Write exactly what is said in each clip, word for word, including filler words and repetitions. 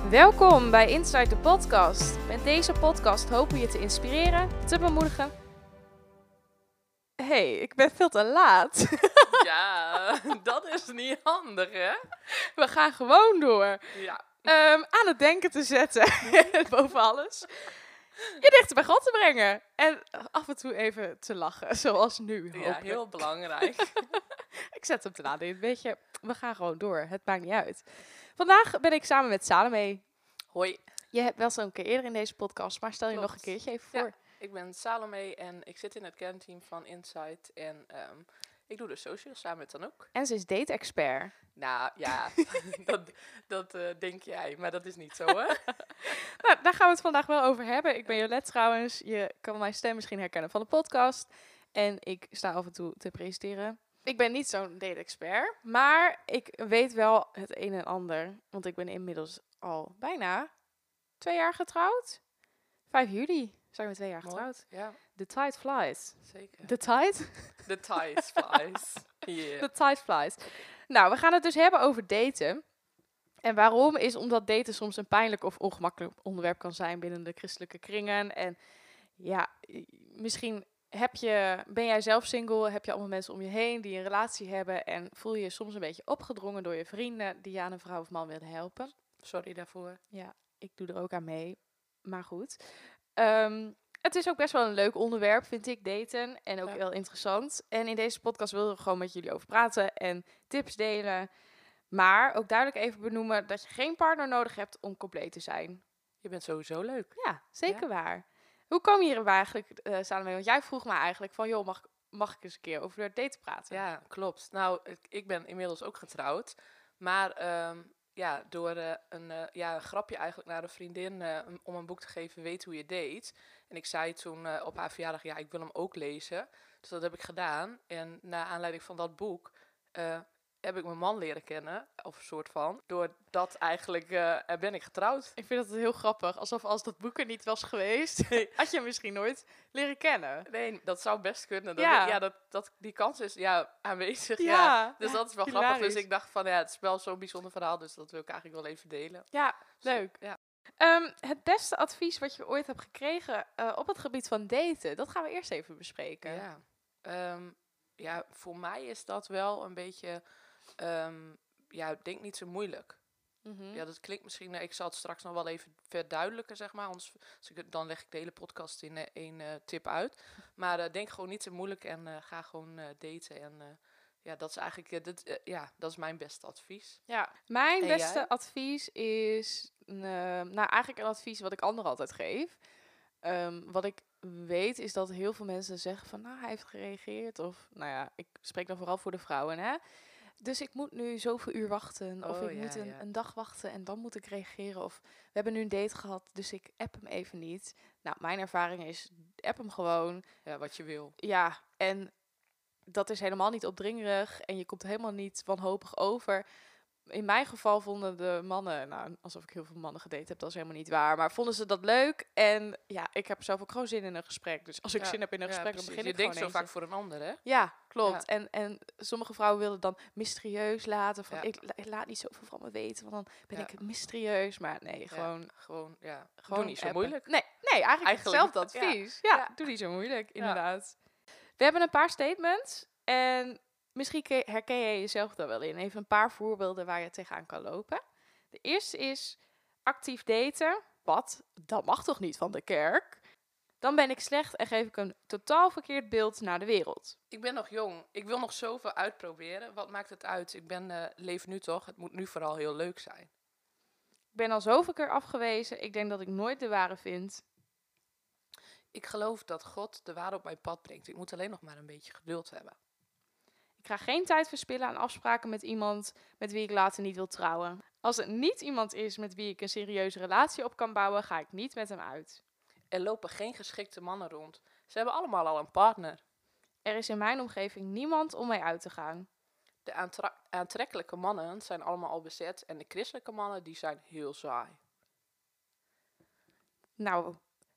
Welkom bij Inside the Podcast. Met deze podcast hopen we je te inspireren, te bemoedigen. hey, ik ben veel te laat. Ja, dat is niet handig, hè? We gaan gewoon door. Ja. Um, aan het denken te zetten, boven alles. Je dichter bij God te brengen. En af en toe even te lachen, zoals nu. Hopelijk. Ja, heel belangrijk. Ik zet hem te laden. Weet je, we gaan gewoon door. Het maakt niet uit. Vandaag ben ik samen met Salome. Hoi. Je hebt wel zo'n keer eerder in deze podcast, maar stel je Klopt. nog een keertje even voor. Ja, ik ben Salome en ik zit in het kernteam van Insight. En um, ik doe de socials samen met Anouk. En ze is date-expert. Nou ja, dat, dat uh, denk jij, maar dat is niet zo, hè? Nou, daar gaan we het vandaag wel over hebben. Ik ben Jolette trouwens. Je kan mijn stem misschien herkennen van de podcast. En ik sta af en toe te presenteren. Ik ben niet zo'n date-expert, maar ik weet wel het een en ander. Want ik ben inmiddels al bijna twee jaar getrouwd. vijf juli zijn we twee jaar Mooi. getrouwd. Ja, The tide flies. zeker. The tide? The tide flies. Yeah. The tide flies. Nou, we gaan het dus hebben over daten. En waarom is omdat daten soms een pijnlijk of ongemakkelijk onderwerp kan zijn binnen de christelijke kringen. En ja, misschien heb je, ben jij zelf single, heb je allemaal mensen om je heen die een relatie hebben en voel je je soms een beetje opgedrongen door je vrienden die je aan een vrouw of man willen helpen. Sorry daarvoor. Ja, ik doe er ook aan mee. Maar goed. Um, het is ook best wel een leuk onderwerp, vind ik, daten. En ook Ja. heel interessant. En in deze podcast willen we gewoon met jullie over praten en tips delen. Maar ook duidelijk even benoemen dat je geen partner nodig hebt om compleet te zijn. Je bent sowieso leuk. Ja, zeker Ja. waar. Hoe kom je hier eigenlijk, uh, Salome? Want jij vroeg me eigenlijk van, joh, mag, mag ik eens een keer over het daten praten? Ja, klopt. Nou, ik, ik ben inmiddels ook getrouwd. Maar um, ja, door uh, een, uh, ja, een grapje eigenlijk naar een vriendin uh, om een boek te geven, Weet hoe je date. En ik zei toen uh, op haar verjaardag, ja, ik wil hem ook lezen. Dus dat heb ik gedaan. En naar aanleiding van dat boek uh, heb ik mijn man leren kennen, of een soort van. Door dat eigenlijk uh, ben ik getrouwd. Ik vind dat heel grappig. Alsof als dat boek er niet was geweest, Nee. had je hem misschien nooit leren kennen. Nee, dat zou best kunnen. Dat Ja. ik, ja, dat, dat, die kans is ja, aanwezig. Ja. Ja. Dus dat is wel Hilarisch. grappig. Dus ik dacht van, ja, het is wel zo'n bijzonder verhaal. Dus dat wil ik eigenlijk wel even delen. Ja, leuk. Ja. Um, het beste advies wat je ooit hebt gekregen uh, op het gebied van daten, dat gaan we eerst even bespreken. Ja. Um, ja, voor mij is dat wel een beetje, um, ja, ik denk niet zo moeilijk. Mm-hmm. Ja, dat klinkt misschien, ik zal het straks nog wel even verduidelijken, zeg maar. Anders, dan leg ik de hele podcast in uh, één uh, tip uit. Maar uh, denk gewoon niet zo moeilijk en uh, ga gewoon uh, daten. En uh, ja, dat is eigenlijk, uh, dit, uh, ja, dat is mijn beste advies. Ja, mijn En beste jij? advies is, uh, nou eigenlijk een advies wat ik anderen altijd geef. Um, wat ik weet is dat heel veel mensen zeggen van, nou, hij heeft gereageerd. Of, nou ja, ik spreek dan vooral voor de vrouwen, hè. Dus ik moet nu zoveel uur wachten. Of Oh, ik ja, moet een, ja. een dag wachten en dan moet ik reageren. Of we hebben nu een date gehad, dus ik app hem even niet. Nou, mijn ervaring is, app hem gewoon. Ja, wat je wil. Ja, en dat is helemaal niet opdringerig. En je komt helemaal niet wanhopig over. In mijn geval vonden de mannen, nou, alsof ik heel veel mannen gedate heb, dat is helemaal niet waar. Maar vonden ze dat leuk? En ja, ik heb zelf ook gewoon zin in een gesprek. Dus als ik Ja, zin heb in een ja, gesprek, dan precies. begin ik Je denkt zo gewoon vaak voor een ander, hè? Ja, klopt. Ja. En, en sommige vrouwen willen dan mysterieus laten. Van, Ja. ik, la- ik laat niet zoveel van me weten, want dan ben Ja. ik mysterieus. Maar nee, gewoon... Ja, gewoon, ja. gewoon Doe niet zo appen. moeilijk. Nee, nee eigenlijk, Eigenlijk, hetzelfde advies. Ja. Ja. doe niet zo moeilijk, inderdaad. We hebben een paar statements. En misschien ke- herken jij jezelf daar wel in. Even een paar voorbeelden waar je tegenaan kan lopen. De eerste is actief daten. Wat? Dat mag toch niet van de kerk? Dan ben ik slecht en geef ik een totaal verkeerd beeld naar de wereld. Ik ben nog jong. Ik wil nog zoveel uitproberen. Wat maakt het uit? Ik ben, uh, leef nu toch. Het moet nu vooral heel leuk zijn. Ik ben al zoveel keer afgewezen. Ik denk dat ik nooit de ware vind. Ik geloof dat God de ware op mijn pad brengt. Ik moet alleen nog maar een beetje geduld hebben. Ik ga geen tijd verspillen aan afspraken met iemand met wie ik later niet wil trouwen. Als het niet iemand is met wie ik een serieuze relatie op kan bouwen, ga ik niet met hem uit. Er lopen geen geschikte mannen rond. Ze hebben allemaal al een partner. Er is in mijn omgeving niemand om mee uit te gaan. De aantra- aantrekkelijke mannen zijn allemaal al bezet. En de christelijke mannen die zijn heel saai. Nou,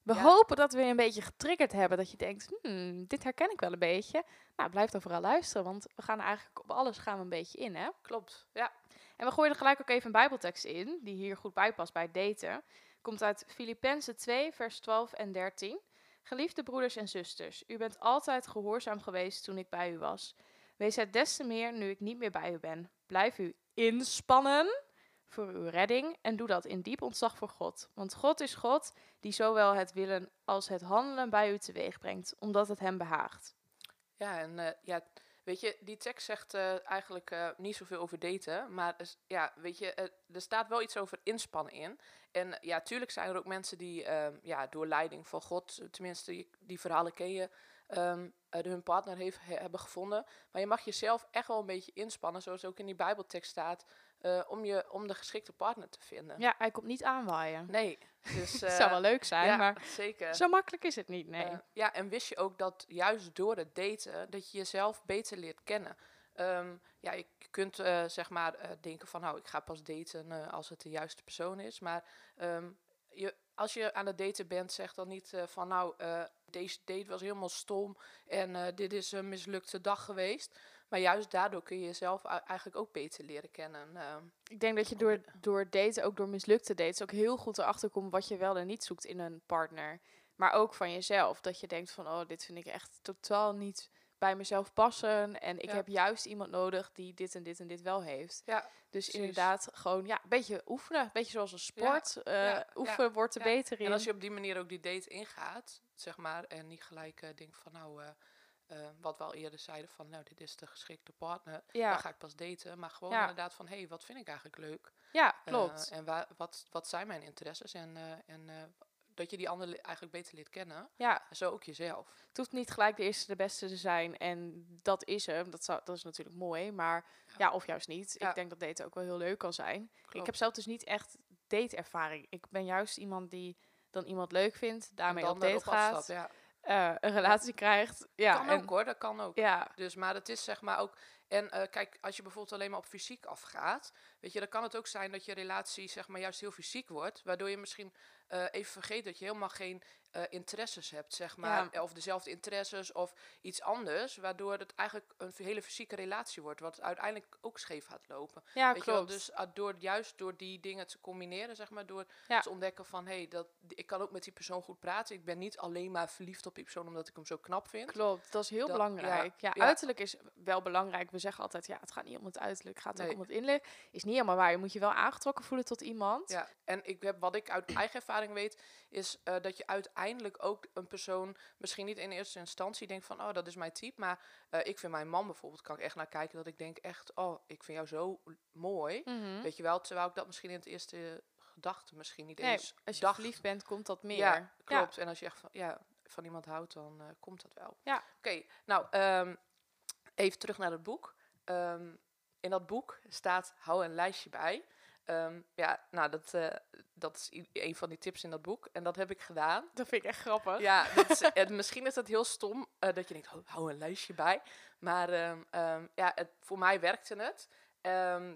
We Ja. hopen dat we je een beetje getriggerd hebben. Dat je denkt, hmm, dit herken ik wel een beetje. Nou, blijf dan vooral luisteren. Want we gaan eigenlijk op alles gaan we een beetje in, hè? Klopt, ja. En we gooien er gelijk ook even een bijbeltekst in. Die hier goed bij past bij het daten. Komt uit Filippenzen twee, vers twaalf en dertien. Geliefde broeders en zusters, u bent altijd gehoorzaam geweest toen ik bij u was. Wees het des te meer nu ik niet meer bij u ben. Blijf u inspannen voor uw redding en doe dat in diep ontzag voor God. Want God is God die zowel het willen als het handelen bij u teweeg brengt, omdat het hem behaagt. Ja, en eh, ja, weet je, die tekst zegt eh, eigenlijk eh, niet zoveel over daten. Maar is- ja, weet je, eh, er staat wel iets over inspannen in. En eh, ja, tuurlijk zijn er ook mensen die ehm, ja, door leiding van God, eh, tenminste, je- die verhalen ken je, ehm, eh, hun partner heeft, he- hebben gevonden. Maar je mag jezelf echt wel een beetje inspannen, zoals ook in die Bijbeltekst staat, eh, om, je, om de geschikte partner te vinden. Ja, hij komt niet aanwaaien. Nee, dus... Het eh, zou wel leuk zijn, ja, maar zeker. zo makkelijk is het niet, nee. Eh, ja, en wist je ook dat juist door het daten, dat je jezelf beter leert kennen. Ehm, ja, je kunt eh, zeg maar eh, denken van, nou, ik ga pas daten eh, als het de juiste persoon is. Maar ehm, je, als je aan het daten bent, zeg dan niet eh, van, nou, eh, deze date was helemaal stom en eh, dit is een mislukte dag geweest. Maar juist daardoor kun je jezelf a- eigenlijk ook beter leren kennen. Ehm, Ik denk dat je door, door daten, ook door mislukte dates, ook heel goed erachter komt wat je wel en niet zoekt in een partner. Maar ook van jezelf. Dat je denkt van, oh, dit vind ik echt totaal niet bij mezelf passen. En ik Ja. heb juist iemand nodig die dit en dit en dit wel heeft. ja, Dus precies. inderdaad gewoon, ja, een beetje oefenen. Een beetje zoals een sport. Ja, Eh, ja, oefenen wordt er ja. beter in. En als je op die manier ook die date ingaat, zeg maar, en niet gelijk eh, denkt van, nou, eh, eh, wat we al eerder zeiden van, nou, dit is de geschikte partner, Ja. dan ga ik pas daten. Maar gewoon Ja. inderdaad van, hé, hey, wat vind ik eigenlijk leuk? Ja, Eh, klopt. en wa- wat, wat zijn mijn interesses? En, eh, en eh, dat je die ander le- eigenlijk beter leert kennen. Ja, En zo ook jezelf. het hoeft niet gelijk de eerste de beste te zijn. En dat is hem. Dat, zou, dat is natuurlijk mooi. Maar ja, Ja. of juist niet. Ja. Ik denk dat daten ook wel heel leuk kan zijn. Ik Klopt. heb zelf dus niet echt dateervaring. Ik ben juist iemand die dan iemand leuk vindt. En Daarmee dan op date erop gaat. afstapt, ja. eh, een relatie krijgt. Ja, kan en, ook hoor, dat kan ook. ja, Dus, maar het is zeg maar ook... En eh, kijk, als je bijvoorbeeld alleen maar op fysiek afgaat... Weet je, dan kan het ook zijn dat je relatie zeg maar juist heel fysiek wordt. Waardoor je misschien eh, even vergeet dat je helemaal geen eh, interesses hebt, zeg maar. Ja. Of dezelfde interesses of iets anders. Waardoor het eigenlijk een hele fysieke relatie wordt. Wat uiteindelijk ook scheef gaat lopen. ja Weet je wel? klopt. Dus uh, door, juist door die dingen te combineren, zeg maar. Door Ja. te ontdekken van, hé, hey, dat ik kan ook met die persoon goed praten. Ik ben niet alleen maar verliefd op die persoon omdat ik hem zo knap vind. Klopt, dat is heel Dat- belangrijk. Ja, ja. uiterlijk is wel belangrijk. We zeggen altijd, ja, het gaat niet om het uiterlijk, het gaat ook Nee. om het innerlijk. Is niet helemaal waar. Je moet je wel aangetrokken voelen tot iemand. Ja, en ik heb, wat ik uit eigen ervaring weet, is eh, dat je uiteindelijk ook een persoon misschien niet in eerste instantie denkt van, oh, dat is mijn type. Maar eh, ik vind mijn man bijvoorbeeld, kan ik echt naar kijken dat ik denk echt, oh, ik vind jou zo l- mooi. Mhm. Weet je wel, terwijl ik dat misschien in het eerste gedachte misschien niet Nee, eens als je dacht. verliefd bent, komt dat meer. Ja, klopt. En als je echt van, ja, van iemand houdt, dan eh, komt dat wel. Ja. Oké, nou, ehm, even terug naar het boek. Ehm, in dat boek staat, hou een lijstje bij. Ehm, ja, nou, dat, eh, dat is i- een van die tips in dat boek. En dat heb ik gedaan. Dat vind ik echt grappig. Ja, dat is, en misschien is dat heel stom, eh, dat je denkt, hou, hou een lijstje bij. Maar ehm, ehm, ja, het, voor mij werkte het. Ehm,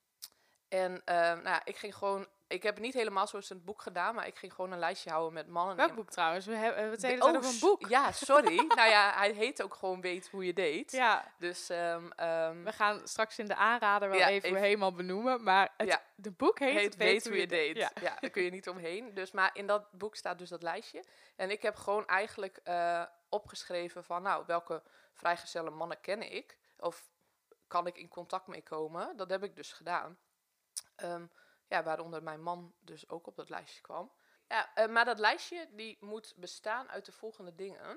en ehm, nou, ja, ik ging gewoon, ik heb het niet helemaal zoals in het boek gedaan, maar ik ging gewoon een lijstje houden met mannen. Welk en- boek trouwens? We hebben we hebben het hele De- tijd oh, over een s- boek. Ja, sorry. nou ja, hij heet ook gewoon Weet hoe je date. Ja, Dus ehm, ehm, we gaan straks in de aanrader wel Ja, even, even- helemaal benoemen. Maar het, Ja. de boek heet, heet Weet hoe je date. Ja. Ja. daar kun je niet omheen. Dus, maar in dat boek staat dus dat lijstje. En ik heb gewoon eigenlijk eh, opgeschreven van, nou, welke vrijgezelle mannen ken ik? Of kan ik in contact mee komen? Dat heb ik dus gedaan. Ehm, ja, waaronder mijn man dus ook op dat lijstje kwam. Ja, eh, maar dat lijstje die moet bestaan uit de volgende dingen.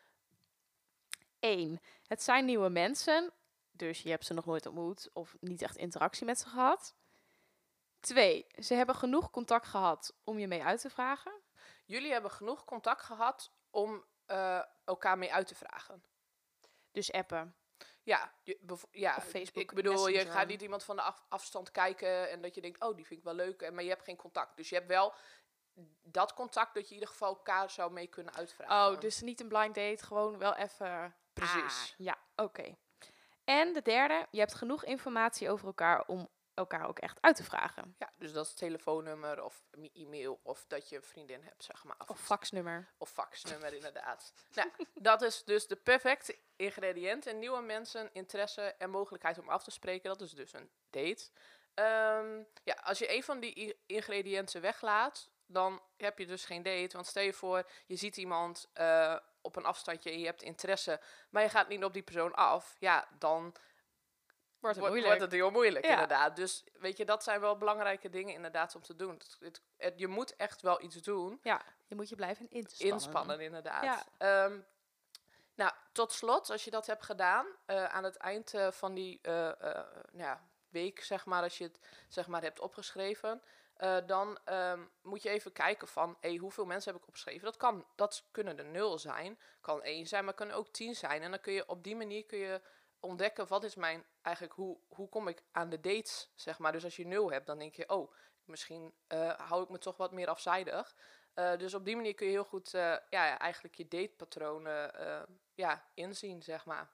Eén, het zijn nieuwe mensen. Dus je hebt ze nog nooit ontmoet of niet echt interactie met ze gehad. Twee, ze hebben genoeg contact gehad om je mee uit te vragen. Jullie hebben genoeg contact gehad om eh, elkaar mee uit te vragen. Dus appen. Ja, je, bev- ja Of Facebook ik bedoel, je Messenger. gaat niet iemand van de af- afstand kijken en dat je denkt, oh, die vind ik wel leuk, en- maar je hebt geen contact. Dus je hebt wel dat contact dat je in ieder geval elkaar zou mee kunnen uitvragen. Oh, dus niet een blind date, gewoon wel even... Precies. Ah, ja, oké. En de derde, je hebt genoeg informatie over elkaar om elkaar ook echt uit te vragen. Ja, dus dat is telefoonnummer of e-mail of dat je een vriendin hebt, zeg maar. Of faxnummer. Of faxnummer, inderdaad. Nou, dat is dus de perfecte ingrediënt. En nieuwe mensen, interesse en mogelijkheid om af te spreken. Dat is dus een date. Um, ja, als je een van die ingrediënten weglaat, dan heb je dus geen date. Want stel je voor, je ziet iemand uh, op een afstandje en je hebt interesse, maar je gaat niet op die persoon af. Ja, dan wordt het, wordt, wordt het heel moeilijk, ja. inderdaad. Dus weet je, dat zijn wel belangrijke dingen inderdaad om te doen. Het, het, het, je moet echt wel iets doen. Ja, je moet je blijven inspannen. Inspannen, inderdaad. Ja. Um, nou, tot slot, als je dat hebt gedaan, uh, aan het eind uh, van die uh, uh, nou ja, week, zeg maar, als je het zeg maar, hebt opgeschreven, uh, dan um, moet je even kijken van, hey, hoeveel mensen heb ik opgeschreven? Dat, kan, dat kunnen er nul zijn, kan één zijn, maar kunnen ook tien zijn. En dan kun je op die manier kun je ontdekken, wat is mijn, eigenlijk, hoe, hoe kom ik aan de dates, zeg maar. Dus als je nul hebt, dan denk je, oh, misschien uh, hou ik me toch wat meer afzijdig. Uh, dus op die manier kun je heel goed, uh, ja, eigenlijk je datepatronen uh, ja, inzien, zeg maar.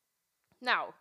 Nou,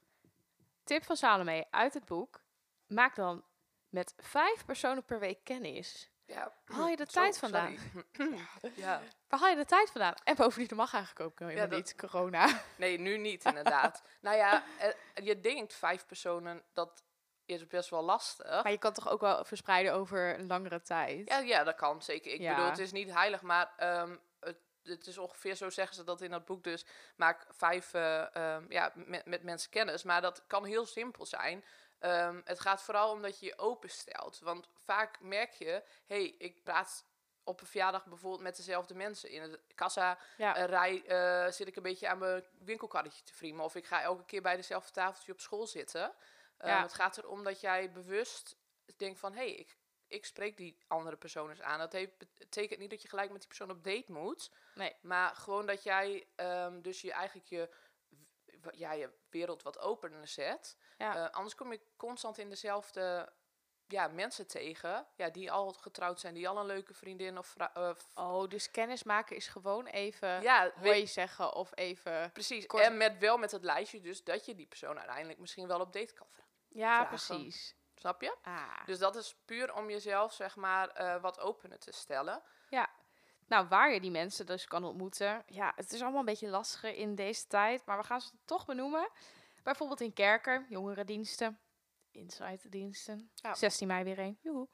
tip van Salome uit het boek. Maak dan met vijf personen per week kennis. Ja. Waar haal je de Zo, tijd vandaan? ja. Waar haal je de tijd vandaan? En bovendien, dat mag eigenlijk ook helemaal Ja, dat... niet, corona. Nee, nu niet, inderdaad. Nou ja, uh, je denkt vijf personen, dat is best wel lastig. Maar je kan toch ook wel verspreiden over een langere tijd? Ja, ja dat kan zeker. Ik ja. bedoel, het is niet heilig, maar um, het, het is ongeveer zo, zeggen ze dat in dat boek dus. Maak vijf uh, um, ja, met, met mensen kennis. Maar dat kan heel simpel zijn. Um, het gaat vooral om dat je je openstelt. Want vaak merk je, hé, hey, ik praat op een verjaardag bijvoorbeeld met dezelfde mensen. In de kassa ja. uh, rij, uh, zit ik een beetje aan mijn winkelkarretje te friemen. Of ik ga elke keer bij dezelfde tafeltje op school zitten. Uh, ja. Het gaat erom dat jij bewust denkt van, hé, hey, ik, ik spreek die andere persoon eens aan. Dat heeft, betekent niet dat je gelijk met die persoon op date moet. Nee. Maar gewoon dat jij um, dus je eigenlijk je, ja, je wereld wat opener zet. Ja. Uh, anders kom je constant in dezelfde ja, mensen tegen. Ja, die al getrouwd zijn, die al een leuke vriendin of... Uh, oh, dus kennis maken is gewoon even ja, hoi weet, zeggen of even... Precies, kort... en met wel met het lijstje dus dat je die persoon uiteindelijk misschien wel op date kan vragen. Ja, precies. Snap je? Ah. Dus dat is puur om jezelf, zeg maar, uh, wat opener te stellen. Ja. Nou, waar je die mensen dus kan ontmoeten. Ja, het is allemaal een beetje lastiger in deze tijd. Maar we gaan ze toch benoemen. Bijvoorbeeld in kerken, jongerendiensten, insight-diensten. Ja. zestien mei weer een. Joehoe.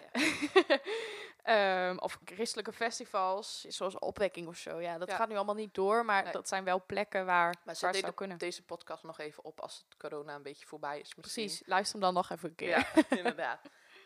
Yeah. um, of christelijke festivals, zoals Opwekking of zo. Ja, dat ja. gaat nu allemaal niet door, maar nee. dat zijn wel plekken waar, maar waar het zou kunnen. Deze podcast nog even op als het corona een beetje voorbij is. Misschien. Precies, luister hem dan nog even een keer. Ja, inderdaad.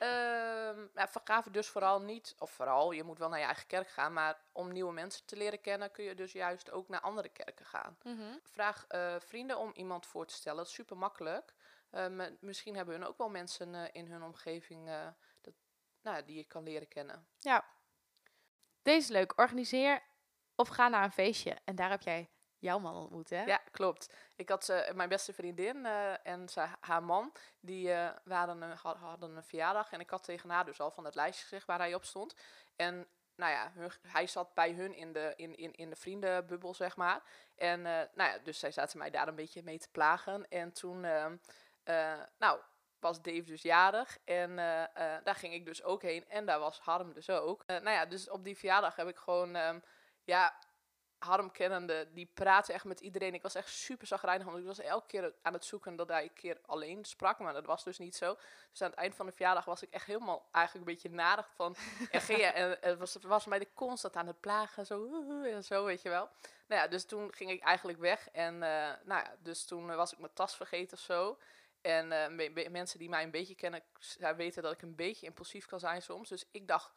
Um, ja, vergaven dus vooral niet, of vooral, je moet wel naar je eigen kerk gaan, maar om nieuwe mensen te leren kennen kun je dus juist ook naar andere kerken gaan. Mm-hmm. Vraag uh, vrienden om iemand voor te stellen, dat is super makkelijk. Uh, m- misschien hebben hun ook wel mensen uh, in hun omgeving uh, dat, nou, die je kan leren kennen. Ja. Deze is leuk. Organiseer of ga naar een feestje en daar heb jij jouw man ontmoet, hè? Ja, klopt. Ik had uh, mijn beste vriendin uh, en zij, haar man, die uh, waren een, hadden een verjaardag. En ik had tegen haar dus al van het lijstje gezegd waar hij op stond. En nou ja, hun, hij zat bij hun in de, in, in, in de vriendenbubbel, zeg maar. En uh, nou ja, dus zij zaten mij daar een beetje mee te plagen. En toen, uh, uh, nou, was Dave dus jarig. En uh, uh, daar ging ik dus ook heen. En daar was Harm dus ook. Uh, nou ja, dus op die verjaardag heb ik gewoon, um, ja... Harm kennende, die praatte echt met iedereen. Ik was echt super zagrijnig, want ik was elke keer aan het zoeken dat hij een keer alleen sprak, maar dat was dus niet zo. Dus aan het eind van de verjaardag was ik echt helemaal eigenlijk een beetje narig van. En ging je, en het was, het was mij de constant aan het plagen, zo, uh, en zo, weet je wel. Nou ja, dus toen ging ik eigenlijk weg en, uh, nou ja, dus toen was ik mijn tas vergeten of zo. En uh, me- me- mensen die mij een beetje kennen, zij weten dat ik een beetje impulsief kan zijn soms. Dus ik dacht,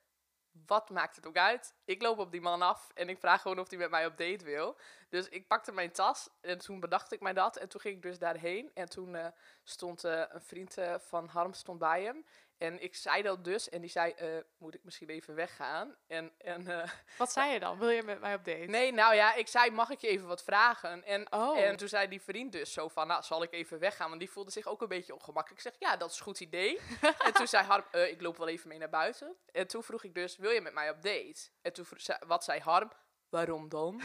wat maakt het ook uit? Ik loop op die man af en ik vraag gewoon of hij met mij op date wil. Dus ik pakte mijn tas en toen bedacht ik mij dat. En toen ging ik dus daarheen. En toen uh, stond uh, een vriend uh, van Harm stond bij hem. En ik zei dat dus. En die zei, uh, moet ik misschien even weggaan? En, en, uh, wat zei je dan? Wil je met mij op date? Nee, nou ja, ik zei, mag ik je even wat vragen? En, oh. en toen zei die vriend dus zo van, nou, zal ik even weggaan? Want die voelde zich ook een beetje ongemakkelijk. Ik zeg, ja, dat is een goed idee. En toen zei Harm, uh, ik loop wel even mee naar buiten. En toen vroeg ik dus, wil je met mij op date? En toen vroeg, wat zei Harm? waarom dan?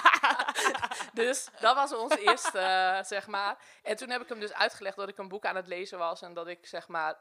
Dus dat was ons eerste, uh, zeg maar. En toen heb ik hem dus uitgelegd dat ik een boek aan het lezen was. En dat ik, zeg maar,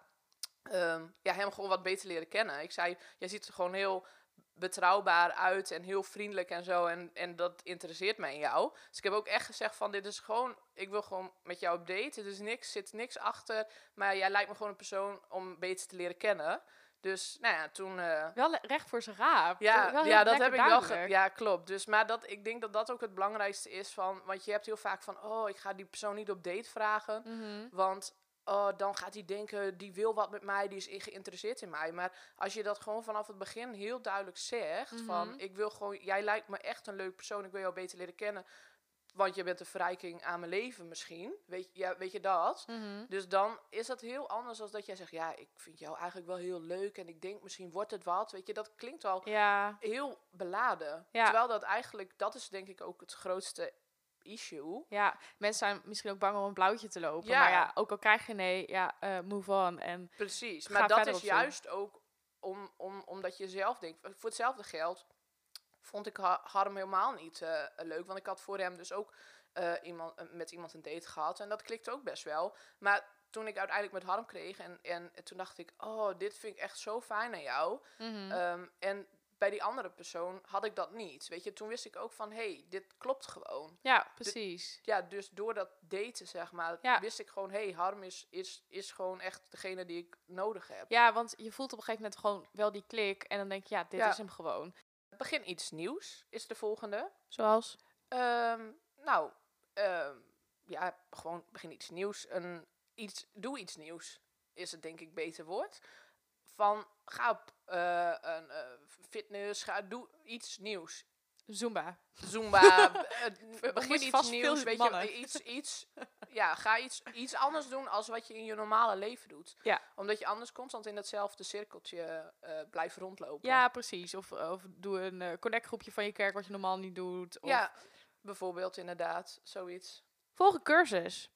um, ja, hem gewoon wat beter leren kennen. Ik zei, jij ziet er gewoon heel betrouwbaar uit en heel vriendelijk en zo. En, en dat interesseert mij in jou. Dus ik heb ook echt gezegd van, dit is gewoon, ik wil gewoon met jou op date. Er is niks, zit niks achter. Maar jij lijkt me gewoon een persoon om beter te leren kennen. Dus, nou ja, toen... Uh, wel le- recht voor zijn raap. Ja, wel ja dat heb ik wel... Ge- ja, klopt. Dus, maar dat, ik denk dat dat ook het belangrijkste is van... Want je hebt heel vaak van... Oh, ik ga die persoon niet op date vragen. Mm-hmm. Want oh, dan gaat hij denken... Die wil wat met mij, die is geïnteresseerd in mij. Maar als je dat gewoon vanaf het begin heel duidelijk zegt... Mm-hmm. Van, ik wil gewoon... Jij lijkt me echt een leuk persoon. Ik wil jou beter leren kennen. Want je bent een verrijking aan mijn leven misschien. Weet, ja, weet je dat? Mm-hmm. Dus dan is dat heel anders dan dat jij zegt... Ja, ik vind jou eigenlijk wel heel leuk. En ik denk misschien wordt het wat. Weet je, dat klinkt al ja. heel beladen. Ja. Terwijl dat eigenlijk... Dat is denk ik ook het grootste issue. Ja, mensen zijn misschien ook bang om een blauwtje te lopen. Ja. Maar ja, ook al krijg je nee, ja, uh, move on. En precies. Maar dat is juist ook om, om, omdat je zelf denkt... Voor hetzelfde geld... vond ik Harm helemaal niet uh, leuk. Want ik had voor hem dus ook uh, iemand, uh, met iemand een date gehad. En dat klikte ook best wel. Maar toen ik uiteindelijk met Harm kreeg... en, en toen dacht ik... oh, dit vind ik echt zo fijn aan jou. Mm-hmm. Um, en bij die andere persoon had ik dat niet. Weet je, toen wist ik ook van... hé, hey, dit klopt gewoon. Ja, precies. Du- ja, dus door dat daten, zeg maar... Ja. wist ik gewoon... hé, hey, Harm is, is, is gewoon echt degene die ik nodig heb. Ja, want je voelt op een gegeven moment gewoon wel die klik. En dan denk je, ja, dit Ja. is hem gewoon. Begin iets nieuws is de volgende. Zoals? Um, nou, um, ja, gewoon begin iets nieuws. Een, iets, doe iets nieuws is het denk ik beter woord. Van, ga op uh, een uh, fitness, ga, doe iets nieuws. Zumba. Zumba, uh, begin iets nieuws, weet mannen. je, iets, iets, ja, ga iets, iets anders doen als wat je in je normale leven doet. Ja. Omdat je anders constant in datzelfde cirkeltje uh, blijft rondlopen. Ja, precies. Of, of doe een uh, connectgroepje van je kerk wat je normaal niet doet. Of ja, bijvoorbeeld inderdaad, zoiets. volg een cursus.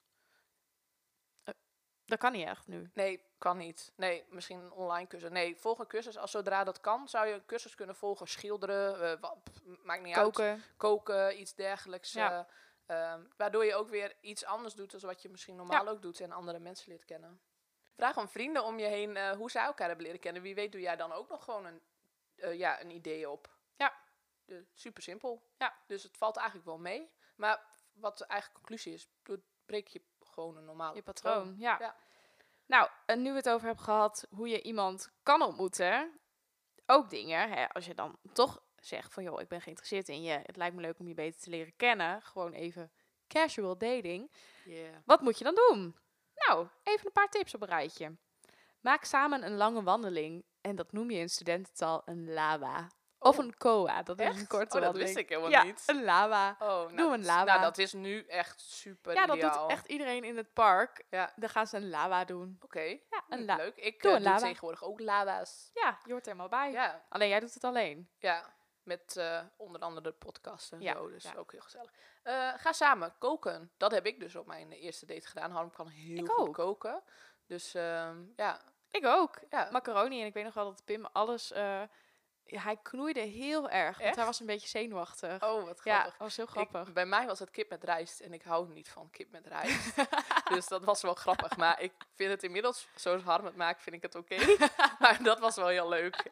Uh, dat kan niet echt nu. Nee, kan niet. Nee, misschien een online cursus. Nee, volg een cursus. Als zodra dat kan, zou je een cursus kunnen volgen. Schilderen, uh, wat, maakt niet Koken. uit. Koken, iets dergelijks. Ja. Uh, um, waardoor je ook weer iets anders doet dan wat je misschien normaal ja. ook doet en andere mensen leert kennen. Vraag aan vrienden om je heen uh, hoe zij elkaar hebben leren kennen. Wie weet doe jij dan ook nog gewoon een, uh, ja, een idee op. Ja. De, super simpel. Ja. Dus het valt eigenlijk wel mee. Maar wat de eigen conclusie is, breek je gewoon een normale je patroon. patroon. Ja. ja. Nou, en nu we het over hebben gehad hoe je iemand kan ontmoeten. Ook dingen, hè, als je dan toch zegt van joh, ik ben geïnteresseerd in je. Het lijkt me leuk om je beter te leren kennen. Gewoon even casual dating. Yeah. Wat moet je dan doen? Nou, even een paar tips op een rijtje. Maak samen een lange wandeling. En dat noem je in studententaal een lava. Of Oh, een C O A, dat echt? is een korte oh, dat wandeling. wist ik helemaal ja, niet. een lava. Oh, nou, Doe een lava. Nou, dat is nu echt super Ja, dat ideaal. doet echt iedereen in het park. Ja. Dan gaan ze een lava doen. Oké, okay. Ja, een hm, la- leuk. Ik doe uh, een doe lava. tegenwoordig ook lava's. Ja, je hoort er helemaal bij. Ja, Alleen jij doet het alleen. ja. Met uh, onder andere de podcast en Ja, zo, dus ja. ook heel gezellig. Uh, ga samen koken. Dat heb ik dus op mijn eerste date gedaan. Harm kan heel Ik goed ook. koken. Dus um, ja. Ik ook. ja. Macaroni. En ik weet nog wel dat Pim alles... Uh, ja, hij knoeide heel erg. Want Echt? hij was een beetje zenuwachtig. Oh, wat ja, grappig. dat was heel grappig. Ik, bij mij was het kip met rijst en ik hou niet van kip met rijst. Dus dat was wel grappig. Maar ik vind het inmiddels, zoals Harm het maakt, vind ik het oké. Okay. Maar dat was wel heel leuk.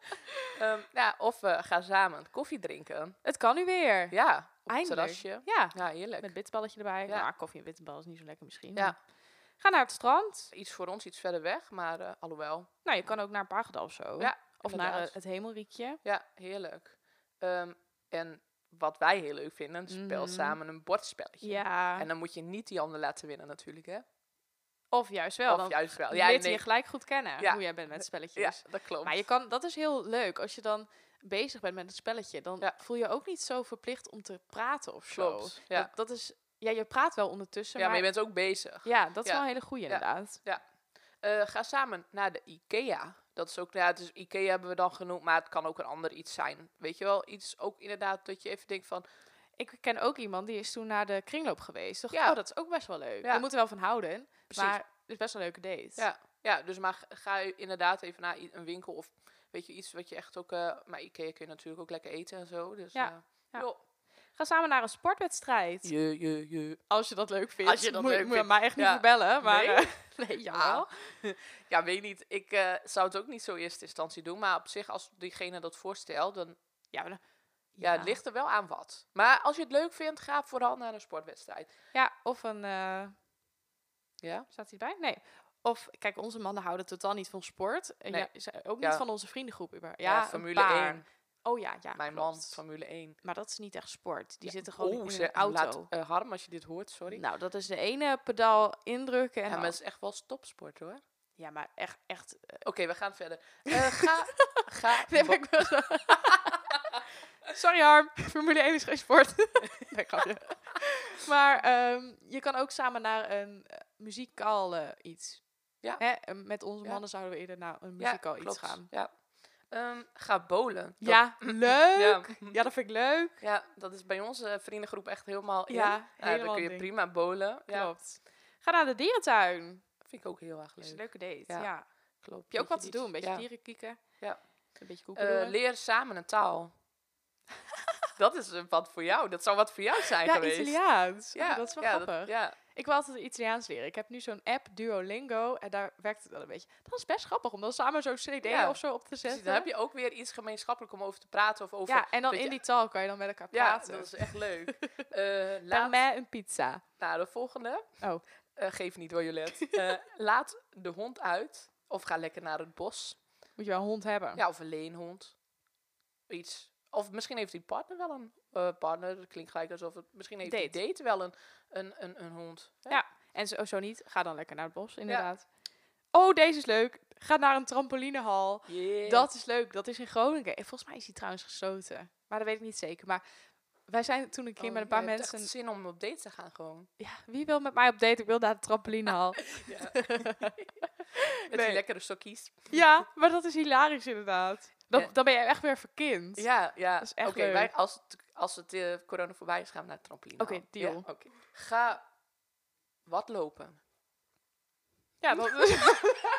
um, ja, of uh, ga samen koffie drinken. Het kan nu weer. Ja, op Eindelijk. het terrasje. Ja, Ja, heerlijk. met bitterballetje erbij. Ja. Nou, koffie en bitterbal is niet zo lekker misschien. Ja. Ga naar het strand. Iets voor ons, iets verder weg, maar uh, alhoewel. Nou, je kan ook naar Parkdal of zo. Ja, of inderdaad. naar uh, het Hemelriekje. Ja, heerlijk. Um, en wat wij heel leuk vinden, speel Mhm. samen een bordspelletje. Ja. En dan moet je niet die ander laten winnen natuurlijk, hè? Of juist wel. Of dan juist wel. ja, Ja, leert nee. je gelijk goed kennen Ja. hoe jij bent met Ja, spelletjes. dat klopt. Maar je kan, dat is heel leuk. Als je dan bezig bent met het spelletje, dan Ja. voel je ook niet zo verplicht om te praten of Klopt, zo. ja. Dat, dat is, ja, je praat wel ondertussen, Ja, maar maar, je bent ook bezig. ja, dat is Ja. wel een hele goeie Ja. inderdaad. Uh, ga samen naar de IKEA. Dat is ook, ja, het is IKEA hebben we dan genoemd, maar het kan ook een ander iets zijn. Weet je wel, iets ook inderdaad dat je even denkt van... Ik ken ook iemand die is toen naar de kringloop geweest. Dacht, Ja. oh, dat is ook best wel leuk. Ja. Je moet er wel van houden, Precies. maar het is best wel een leuke date. Ja, ja, dus maar ga je inderdaad even naar i- een winkel of weet je, iets wat je echt ook... Uh, maar IKEA kun je natuurlijk ook lekker eten en zo. Dus Ja. ja, Ja. joh. Ga samen naar een sportwedstrijd. Je, je, je. Als je dat leuk vindt. Als je dat moet, leuk moet je vindt. mij echt niet Ja. verbellen. Maar Nee? eh, nee, jawel. Ja, weet niet. Ik eh, zou het ook niet zo in eerste instantie doen. Maar op zich, als diegene dat voorstelt, dan... Ja, maar dan- Ja, het ligt er wel aan wat. Maar als je het leuk vindt, ga vooral naar een sportwedstrijd. Ja, of een... eh, Ja? Staat hij erbij? Nee. Of, kijk, onze mannen houden totaal niet van sport. En Nee. ja, ze- ook Ja. niet van onze vriendengroep. überhaupt. Ja, Ja, een Formule paar. één. Oh ja, ja, Mijn klopt. man, Formule één. Maar dat is niet echt sport. Die Ja. zitten gewoon Oh, in ze- een auto. Laat, eh, Harm, als je dit hoort, sorry. Nou, dat is de ene pedaal indrukken en ja, maar af. het is echt wel stopsport, hoor. Ja, maar echt, echt... eh, Oké, we gaan verder. Eh, ga, ga, Nee, maar ik wil zo- Sorry Harm, Formule één is geen sport. Nee, grapje. Maar ehm, je kan ook samen naar een uh, muzikaal uh, iets. Ja. Hè? eh, Met onze Ja. mannen zouden we eerder naar een ja, muzikaal iets klopt. gaan. Ja. Ehm, ga bowlen. Dat- Ja, leuk. Ja. Ja, dat vind ik leuk. ja, dat is bij onze vriendengroep echt helemaal in. Ja, Ja, helemaal dan kun je ding. prima bowlen. Ja, Klopt. Ga naar de dierentuin. dat vind ik ook heel erg Dat is een leuk. leuke date. Ja. Ja. Klopt. Heb je ook wat te Beetje doen? Een beetje ja. dieren kieken. Ja. Een beetje Eh, koekelen. leer samen een taal. dat is eh, wat voor jou. Dat zou wat voor jou zijn Ja, geweest. Italiaans. Ja, Ja, dat is wel ja, grappig. Dat, ja. Ik wil altijd Italiaans leren. Ik heb nu zo'n app, Duolingo, en daar werkt het wel een beetje. Dat is best grappig om dan samen zo'n cd Ja. of zo op te Precies, zetten. dan heb je ook weer iets gemeenschappelijk om over te praten. Of over, ja, en dan weet in je- die taal kan je dan met elkaar ja, praten. dat is echt leuk. Eh Per laat, mij een pizza. nou, de volgende. Oh. Eh, geef niet hoor, Jolet. Eh, laat de hond uit. Of ga lekker naar het bos. Moet je wel een hond hebben. Ja, of een leenhond. Iets. Of misschien heeft die partner wel een eh, partner. Dat klinkt gelijk alsof het... Misschien heeft die Date. date wel een, een, een, een hond. Hè? Ja. En zo, zo niet, ga dan lekker naar het bos, inderdaad. Oh, deze is leuk. Ga naar een trampolinehal. Yeah. Dat is leuk. Dat is in Groningen. En volgens mij is die trouwens gesloten. Maar dat weet ik niet zeker. Maar wij zijn toen een keer Oh, met een paar je hebt mensen... echt zin om op date te gaan gewoon. Ja, wie wil met mij op date? Ik wil naar de trampolinehal. Ja. Met Nee. die lekkere sokkies. Ja, maar dat is hilarisch inderdaad. Dan, Ja. dan ben je echt weer verkind. Ja, ja. Dat is echt Oké, leuk. wij als het, als het eh, corona voorbij is, gaan we naar het trampoline. Oké, deal. Ja, oké. Ga wat lopen. Ja, dat is...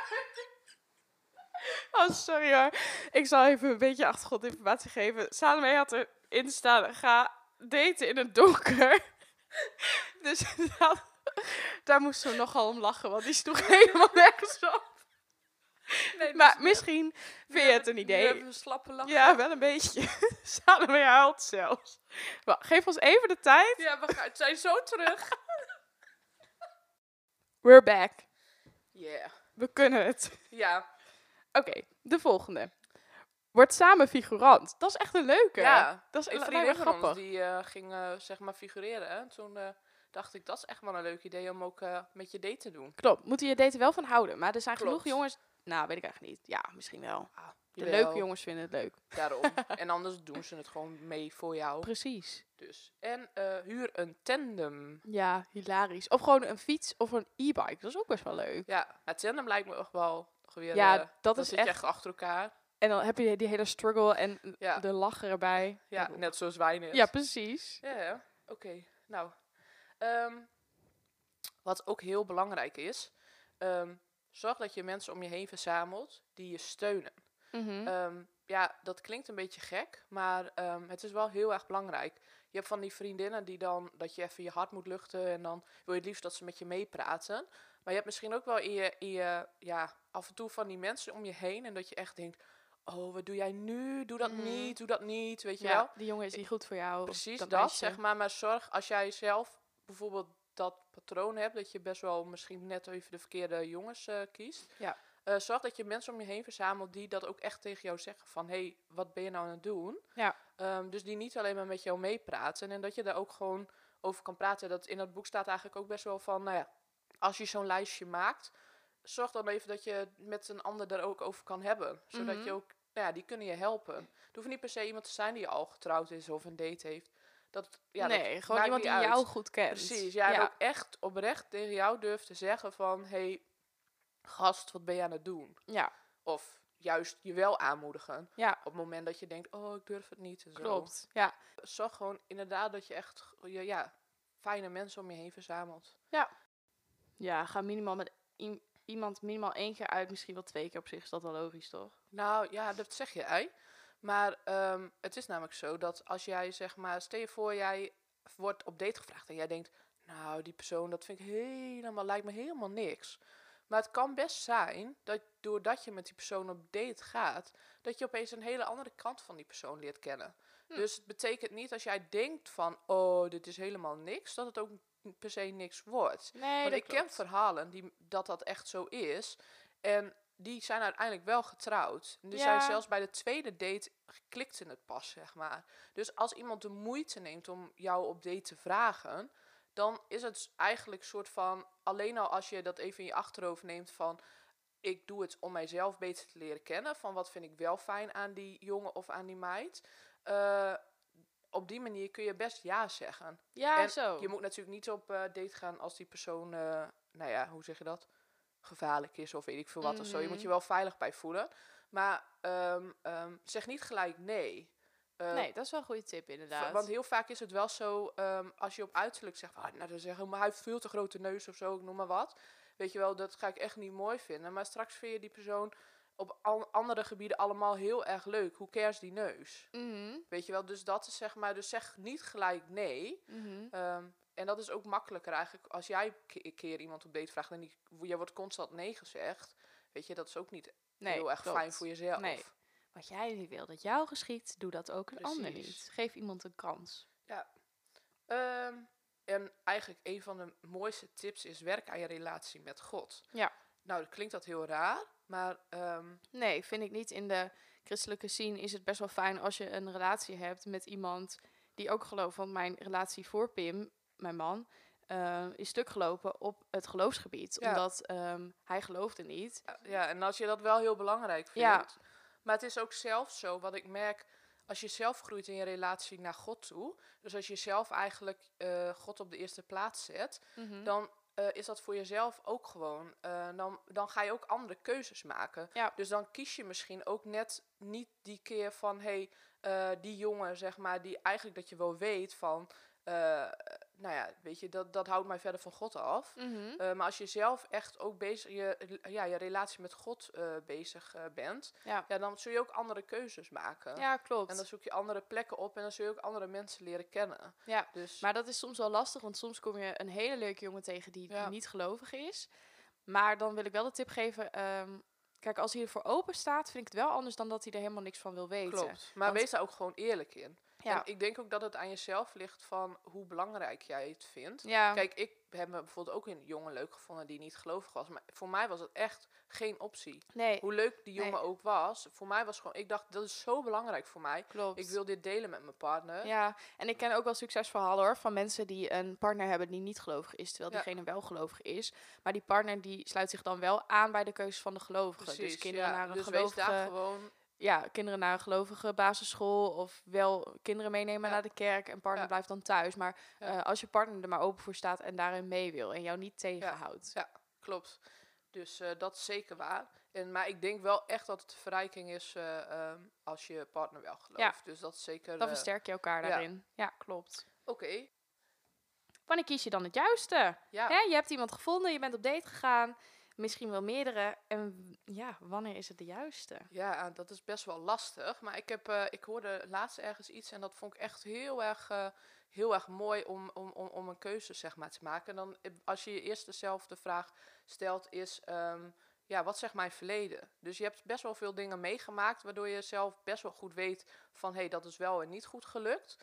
Oh, sorry hoor. Ik zal even een beetje achtergrondinformatie geven. Salome had erin staan, ga daten in het donker. Dus dat, daar moesten we nogal om lachen, want die sloeg helemaal nergens op. Nee, Maar misschien vind je het een idee. Even een slappe lach. Ja, wel een beetje. Salome huilt zelfs. Maar geef ons even de tijd. Ja, we gaan, zijn zo terug. We're back. Yeah. We kunnen het. Ja. Oké, de volgende. Word samen figurant. Dat is echt een leuke. Ja. Dat is Een lijkt me vriendin van grappig. ons, die eh, ging eh, zeg maar figureren. En toen eh, dacht ik, dat is echt wel een leuk idee om ook eh, met je date te doen. Klopt, moet je je daten wel van houden. Maar er zijn Klopt. genoeg jongens... Nou, weet ik eigenlijk niet. Ja, misschien wel. Ah, De jawel, leuke jongens vinden het leuk. Daarom. En anders doen ze het gewoon mee voor jou. Precies. Dus. En eh, huur een tandem. Ja, hilarisch. Of gewoon een fiets of een e-bike. Dat is ook best wel leuk. Ja, het tandem lijkt me echt wel nog weer... Ja, eh, dat dan is zit je echt- echt achter elkaar. En dan heb je die hele struggle en Ja. de lachen erbij. Ja, net zoals wij net. Ja, precies. Ja, ja. Oké. Nou. Ehm, wat ook heel belangrijk is. ehm, zorg dat je mensen om je heen verzamelt die je steunen. Mhm. Ehm, ja, dat klinkt een beetje gek, maar ehm, het is wel heel erg belangrijk. Je hebt van die vriendinnen die dan, dat je even je hart moet luchten en dan wil je het liefst dat ze met je meepraten. Maar je hebt misschien ook wel in je, in je, ja, af en toe van die mensen om je heen en dat je echt denkt, oh, wat doe jij nu? Doe dat Mhm. niet, doe dat niet, weet je Ja, wel? die jongen is niet goed voor jou. of Precies dat, meisje. zeg maar. Maar zorg als jij zelf bijvoorbeeld dat patroon hebt, dat je best wel misschien net even de verkeerde jongens eh, kiest. Ja. Eh, zorg dat je mensen om je heen verzamelt die dat ook echt tegen jou zeggen van, hé, hey, wat ben je nou aan het doen? Ja. Ehm, dus die niet alleen maar met jou meepraten en dat je daar ook gewoon over kan praten. Dat in dat boek staat eigenlijk ook best wel van, nou ja, als je zo'n lijstje maakt, zorg dan even dat je met een ander daar ook over kan hebben. Zodat Mhm. je ook, nou ja, die kunnen je helpen. Het hoeft niet per se iemand te zijn die al getrouwd is of een date heeft. Dat, ja, nee, dat gewoon maakt iemand die niet uit. jou goed kent. Precies, ja, en ook echt oprecht tegen jou durft te zeggen van, hé, hey, gast, wat ben je aan het doen? Ja, Of juist je wel aanmoedigen. ja, Op het moment dat je denkt, oh, ik durf het niet. En zo. klopt. Ja. Zorg gewoon inderdaad dat je echt ja, ja, fijne mensen om je heen verzamelt. Ja, ga minimaal met i- iemand minimaal één keer uit, misschien wel twee keer op zich, is dat wel logisch, toch? Nou ja, dat zeg je, ei. Maar ehm, het is namelijk zo dat als jij, zeg maar, stel je voor, jij wordt op date gevraagd en jij denkt, nou, die persoon, dat vind ik helemaal, lijkt me helemaal niks. Maar het kan best zijn dat doordat je met die persoon op date gaat, dat je opeens een hele andere kant van die persoon leert kennen. Hm. Dus het betekent niet als jij denkt van, oh, dit is helemaal niks, dat het ook niet per se niks wordt. Nee, Want dat ik ken klopt. verhalen die, dat dat echt zo is. En die zijn uiteindelijk wel getrouwd. En die Ja. zijn zelfs bij de tweede date geklikt in het pas, zeg maar. Dus als iemand de moeite neemt om jou op date te vragen, dan is het eigenlijk soort van, alleen al als je dat even in je achterhoofd neemt van, ik doe het om mijzelf beter te leren kennen, van wat vind ik wel fijn aan die jongen of aan die meid. Uh, op die manier kun je best ja zeggen. Ja, en zo. je moet natuurlijk niet op uh, date gaan als die persoon, uh, nou ja, hoe zeg je dat? Gevaarlijk is of weet ik veel wat Mhm. of zo. Je moet je wel veilig bij voelen. Maar um, um, zeg niet gelijk nee. Uh, Nee, dat is wel een goede tip inderdaad. v- want heel vaak is het wel zo, um, als je op uiterlijk zegt, ah, nou dan zeggen, maar hij heeft veel te grote neus of zo, ik noem maar wat. Weet je wel, dat ga ik echt niet mooi vinden. Maar straks vind je die persoon op al andere gebieden allemaal heel erg leuk. Hoe cares die neus? Mhm. Weet je wel, dus dat is zeg maar, dus zeg niet gelijk nee. Mhm. Um, en dat is ook makkelijker eigenlijk. Als jij een keer iemand op date vraagt en die, je wordt constant nee gezegd, weet je, dat is ook niet Nee, heel erg klopt. fijn voor jezelf. Nee. Wat jij niet wil dat jou geschiet, doe dat ook een Precies. ander niet. Geef iemand een kans. Ja. Um, en eigenlijk een van de mooiste tips is werk aan je relatie met God. Ja. Nou, dat klinkt dat heel raar, maar um, nee, vind ik niet. In de christelijke scene is het best wel fijn als je een relatie hebt met iemand die ook gelooft. Want mijn relatie voor Pim, mijn man, uh, is stuk gelopen op het geloofsgebied. Ja. Omdat um, hij geloofde niet. Ja, en als je dat wel heel belangrijk vindt. Ja. Maar het is ook zelf zo, wat ik merk, als je zelf groeit in je relatie naar God toe. Dus als je zelf eigenlijk uh, God op de eerste plaats zet, Mm-hmm. dan uh, is dat voor jezelf ook gewoon. Uh, dan, dan ga je ook andere keuzes maken. Ja. Dus dan kies je misschien ook net niet die keer van, hé, hey, uh, die jongen, zeg maar, die eigenlijk dat je wel weet van, uh, nou ja, weet je, dat, dat houdt mij verder van God af. Mm-hmm. Uh, maar als je zelf echt ook bezig, je, ja, je relatie met God uh, bezig uh, bent, ja. ja, dan zul je ook andere keuzes maken. Ja, klopt. En dan zoek je andere plekken op en dan zul je ook andere mensen leren kennen. Ja, dus, maar dat is soms wel lastig, want soms kom je een hele leuke jongen tegen die, ja. die niet gelovig is. Maar dan wil ik wel de tip geven, um, kijk, als hij ervoor open staat, vind ik het wel anders dan dat hij er helemaal niks van wil weten. Klopt, maar want, wees daar ook gewoon eerlijk in. Ja. En ik denk ook dat het aan jezelf ligt van hoe belangrijk jij het vindt. Ja. Kijk, ik heb me bijvoorbeeld ook een jongen leuk gevonden die niet gelovig was. Maar voor mij was het echt geen optie. Nee. Hoe leuk die jongen nee. ook was. Voor mij was gewoon, ik dacht, dat is zo belangrijk voor mij. Klopt. Ik wil dit delen met mijn partner. Ja, en ik ken ook wel succesverhalen hoor, van mensen die een partner hebben die niet gelovig is, terwijl ja. diegene wel gelovig is. Maar die partner die sluit zich dan wel aan bij de keuzes van de gelovigen. Precies, dus kinderen ja. naar een dus gelovige... wees daar gewoon... Ja, kinderen naar een gelovige basisschool of wel kinderen meenemen ja. naar de kerk en partner ja. blijft dan thuis. Maar ja. uh, als je partner er maar open voor staat en daarin mee wil en jou niet tegenhoudt. Ja, ja klopt. Dus uh, dat is zeker waar. En, maar ik denk wel echt dat het een verrijking is uh, um, als je partner wel gelooft. Ja. Dus dat is zeker... Dan uh, versterk je elkaar daarin. Ja, ja klopt. Oké. Okay. Wanneer kies je dan het juiste? Ja. Hè, je hebt iemand gevonden, je bent op date gegaan. Misschien wel meerdere. En ja, wanneer is het de juiste? Ja, dat is best wel lastig. Maar ik, heb, uh, ik hoorde laatst ergens iets en dat vond ik echt heel erg, uh, heel erg mooi om, om, om, om een keuze zeg maar, te maken. En dan, als je je eerst dezelfde vraag stelt, is... Um, ja, wat zegt mijn verleden? Dus je hebt best wel veel dingen meegemaakt, waardoor je zelf best wel goed weet van, hé, hey, dat is wel en niet goed gelukt.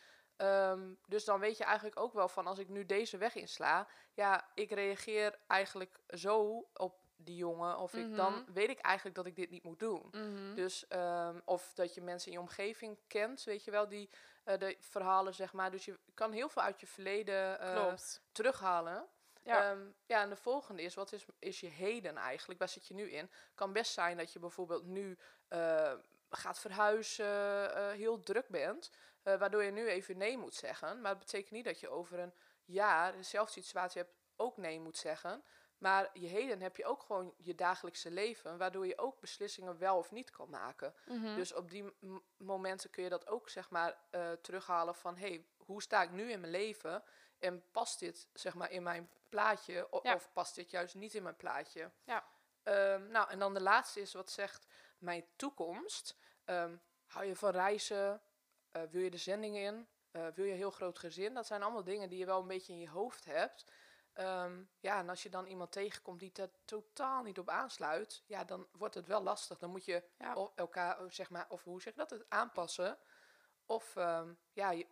Um, dus dan weet je eigenlijk ook wel van, als ik nu deze weg insla, ja, ik reageer eigenlijk zo op die jongen, of ik, mm-hmm. dan weet ik eigenlijk dat ik dit niet moet doen. Mm-hmm. Dus, um, of dat je mensen in je omgeving kent, weet je wel, die uh, de verhalen, zeg maar. Dus je kan heel veel uit je verleden uh, terughalen. Ja. Um, ja, en de volgende is, wat is, is je heden eigenlijk? Waar zit je nu in? Kan best zijn dat je bijvoorbeeld nu uh, gaat verhuizen, uh, heel druk bent, uh, waardoor je nu even nee moet zeggen. Maar dat betekent niet dat je over een jaar dezelfde situatie hebt, ook nee moet zeggen. Maar je heden heb je ook gewoon je dagelijkse leven, waardoor je ook beslissingen wel of niet kan maken. Mm-hmm. Dus op die m- momenten kun je dat ook, zeg maar, uh, terughalen van, hé, hey, hoe sta ik nu in mijn leven? En past dit, zeg maar, in mijn plaatje? O- ja. Of past dit juist niet in mijn plaatje? Ja. Um, nou, en dan de laatste is wat zegt mijn toekomst. Um, hou je van reizen? Uh, wil je de zending in? Uh, wil je een heel groot gezin? Dat zijn allemaal dingen die je wel een beetje in je hoofd hebt. Um, ja, en als je dan iemand tegenkomt die er totaal niet op aansluit, ja, dan wordt het wel lastig. Dan moet je Ja. of elkaar, zeg maar, of hoe zeg je dat, het aanpassen. Of, um, ja, je,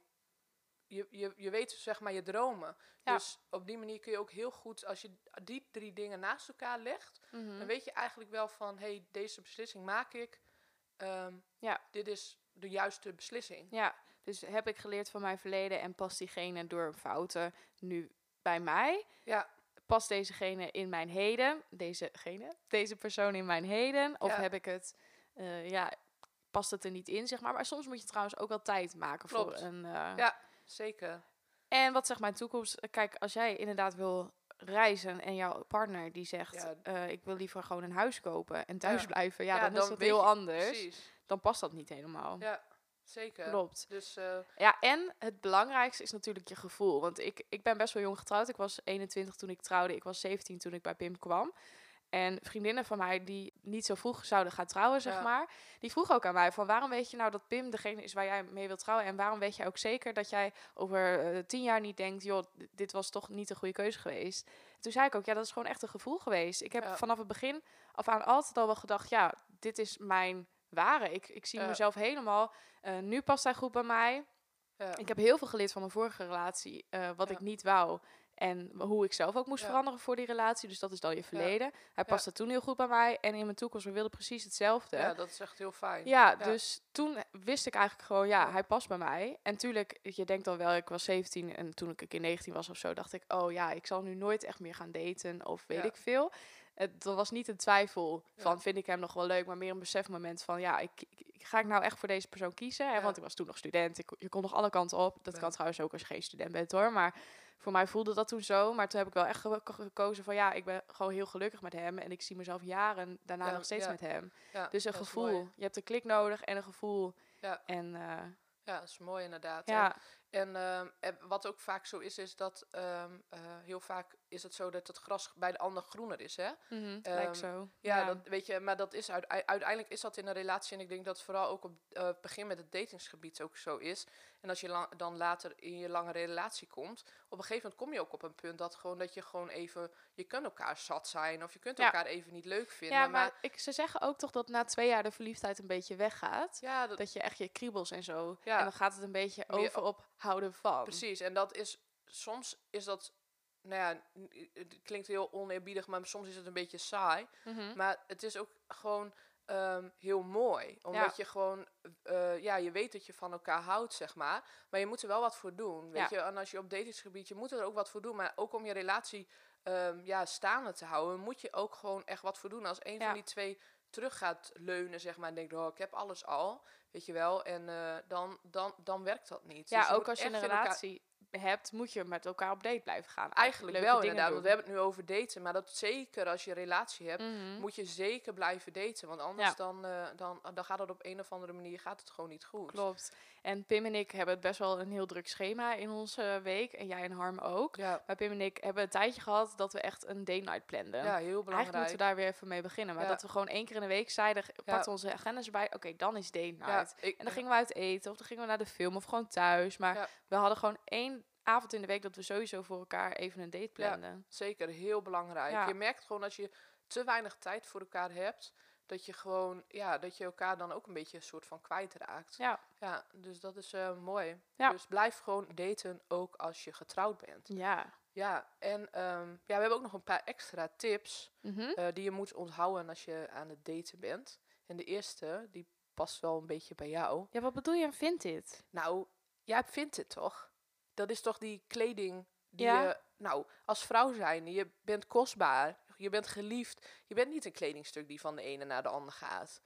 je, je, je weet, zeg maar, je dromen. Ja. Dus op die manier kun je ook heel goed, als je die drie dingen naast elkaar legt, Mm-hmm. dan weet je eigenlijk wel van, hé, hey, deze beslissing maak ik. Um, ja. Dit is de juiste beslissing. Ja, dus heb ik geleerd van mijn verleden en past diegene door fouten nu bij mij? Ja. Past dezegene in mijn heden? Dezegene? Deze persoon in mijn heden? Of ja. heb ik het, uh, ja, past het er niet in, zeg maar. Maar soms moet je trouwens ook wel tijd maken. Klopt. Voor een... Uh... Ja, zeker. En wat zegt mijn toekomst? Kijk, als jij inderdaad wil reizen en jouw partner die zegt, ja. uh, ik wil liever gewoon een huis kopen en thuis ja. blijven, ja, ja dan, dan is dat heel je, anders. Precies. Dan past dat niet helemaal. Ja, zeker. Klopt. Dus, uh, ja, en het belangrijkste is natuurlijk je gevoel. Want ik, ik ben best wel jong getrouwd. Ik was eenentwintig toen ik trouwde. Ik was zeventien toen ik bij Pim kwam. En vriendinnen van mij die niet zo vroeg zouden gaan trouwen, zeg ja. maar, die vroegen ook aan mij van waarom weet je nou dat Pim degene is waar jij mee wilt trouwen en waarom weet jij ook zeker dat jij over uh, tien jaar niet denkt, joh, d- dit was toch niet een goede keuze geweest. En toen zei ik ook, ja, dat is gewoon echt een gevoel geweest. Ik heb ja. vanaf het begin af aan altijd al wel gedacht, ja, dit is mijn ware. Ik, ik zie ja. mezelf helemaal, uh, nu past hij goed bij mij. Ja. Ik heb heel veel geleerd van mijn vorige relatie, uh, wat ja. ik niet wou. En hoe ik zelf ook moest ja. veranderen voor die relatie. Dus dat is dan je verleden. Ja. Hij paste ja. toen heel goed bij mij. En in mijn toekomst, we wilden precies hetzelfde. Ja, dat is echt heel fijn. Ja, ja, dus toen wist ik eigenlijk gewoon, ja, ja, hij past bij mij. En tuurlijk, je denkt al wel, ik was zeventien. En toen ik een keer negentien was of zo, dacht ik, oh ja, ik zal nu nooit echt meer gaan daten. Of weet ja. ik veel. Het was niet een twijfel van, ja. vind ik hem nog wel leuk. Maar meer een besefmoment van, ja, ik, ik, ga ik nou echt voor deze persoon kiezen? Hè? Ja. Want ik was toen nog student. Ik, je kon nog alle kanten op. Dat ja. kan trouwens ook als je geen student bent, hoor. Maar voor mij voelde dat toen zo. Maar toen heb ik wel echt ge- gekozen van, ja, ik ben gewoon heel gelukkig met hem. En ik zie mezelf jaren daarna ja, nog steeds ja. met hem. Ja, dus een gevoel. Je hebt een klik nodig en een gevoel. Ja, en, uh, ja dat is mooi inderdaad. Ja. En, uh, en wat ook vaak zo is, is dat um, uh, heel vaak is het zo dat het gras bij de ander groener is, hè? Mm-hmm, um, lijkt zo. Ja, ja. Dat, weet je, maar dat is uit, uiteindelijk is dat in een relatie. En ik denk dat het vooral ook op het uh, begin met het datingsgebied ook zo is. En als je lang, dan later in je lange relatie komt, op een gegeven moment kom je ook op een punt dat gewoon dat je gewoon even, je kunt elkaar zat zijn of je kunt ja. elkaar even niet leuk vinden. Ja, maar, maar ik, ze zeggen ook toch dat na twee jaar de verliefdheid een beetje weggaat. Ja, dat, dat je echt je kriebels en zo. Ja. En dan gaat het een beetje over op houden van. Precies, en dat is, soms is dat, nou ja, het klinkt heel oneerbiedig, maar soms is het een beetje saai. Mm-hmm. Maar het is ook gewoon um, heel mooi. Omdat ja. je gewoon, uh, ja, je weet dat je van elkaar houdt, zeg maar. Maar je moet er wel wat voor doen, weet ja. je. En als je op datingsgebied, je moet er ook wat voor doen. Maar ook om je relatie um, ja, staande te houden, moet je ook gewoon echt wat voor doen. Als een ja. van die twee terug gaat leunen, zeg maar, en denkt, oh, ik heb alles al, weet je wel. En uh, dan, dan, dan werkt dat niet. Ja, dus ook als je een relatie hebt, moet je met elkaar op date blijven gaan. Eigenlijk wel, inderdaad. Want we hebben het nu over daten. Maar dat zeker als je een relatie hebt, mm-hmm. moet je zeker blijven daten. Want anders ja. dan, uh, dan, dan gaat het op een of andere manier gaat het gewoon niet goed. Klopt. En Pim en ik hebben best wel een heel druk schema in onze week. En jij en Harm ook. Ja. Maar Pim en ik hebben een tijdje gehad dat we echt een date night planden. Ja, heel belangrijk. Eigenlijk moeten we daar weer even mee beginnen. Maar ja. dat we gewoon één keer in de week zeiden, pakten ja. onze agendas erbij. Oké, okay, dan is date night. Ja, ik, en dan gingen we uit eten. Of dan gingen we naar de film. Of gewoon thuis. Maar ja. we hadden gewoon één avond in de week dat we sowieso voor elkaar even een date plannen. Ja, zeker. Heel belangrijk. Ja. Je merkt gewoon als je te weinig tijd voor elkaar hebt, dat je gewoon, ja, dat je elkaar dan ook een beetje een soort van kwijtraakt. Ja. Ja, dus dat is uh, mooi. Ja. Dus blijf gewoon daten, ook als je getrouwd bent. Ja. Ja, en um, ja, we hebben ook nog een paar extra tips mm-hmm. uh, die je moet onthouden als je aan het daten bent. En de eerste, die past wel een beetje bij jou. Ja, wat bedoel je, Vinted? Nou, jij vindt het toch? Dat is toch die kleding die ja. je, nou, als vrouw zijn, je bent kostbaar, je bent geliefd. Je bent niet een kledingstuk die van de ene naar de ander gaat.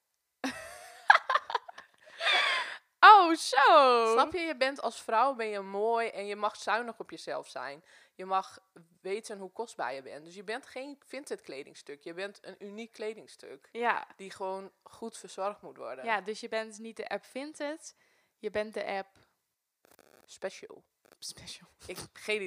Oh, zo! Snap je? Je bent als vrouw, ben je mooi en je mag zuinig op jezelf zijn. Je mag weten hoe kostbaar je bent. Dus je bent geen vintage kledingstuk. Je bent een uniek kledingstuk. Ja. Die gewoon goed verzorgd moet worden. Ja, dus je bent niet de app Vinted, je bent de app Special. Special. Ik heb geen idee.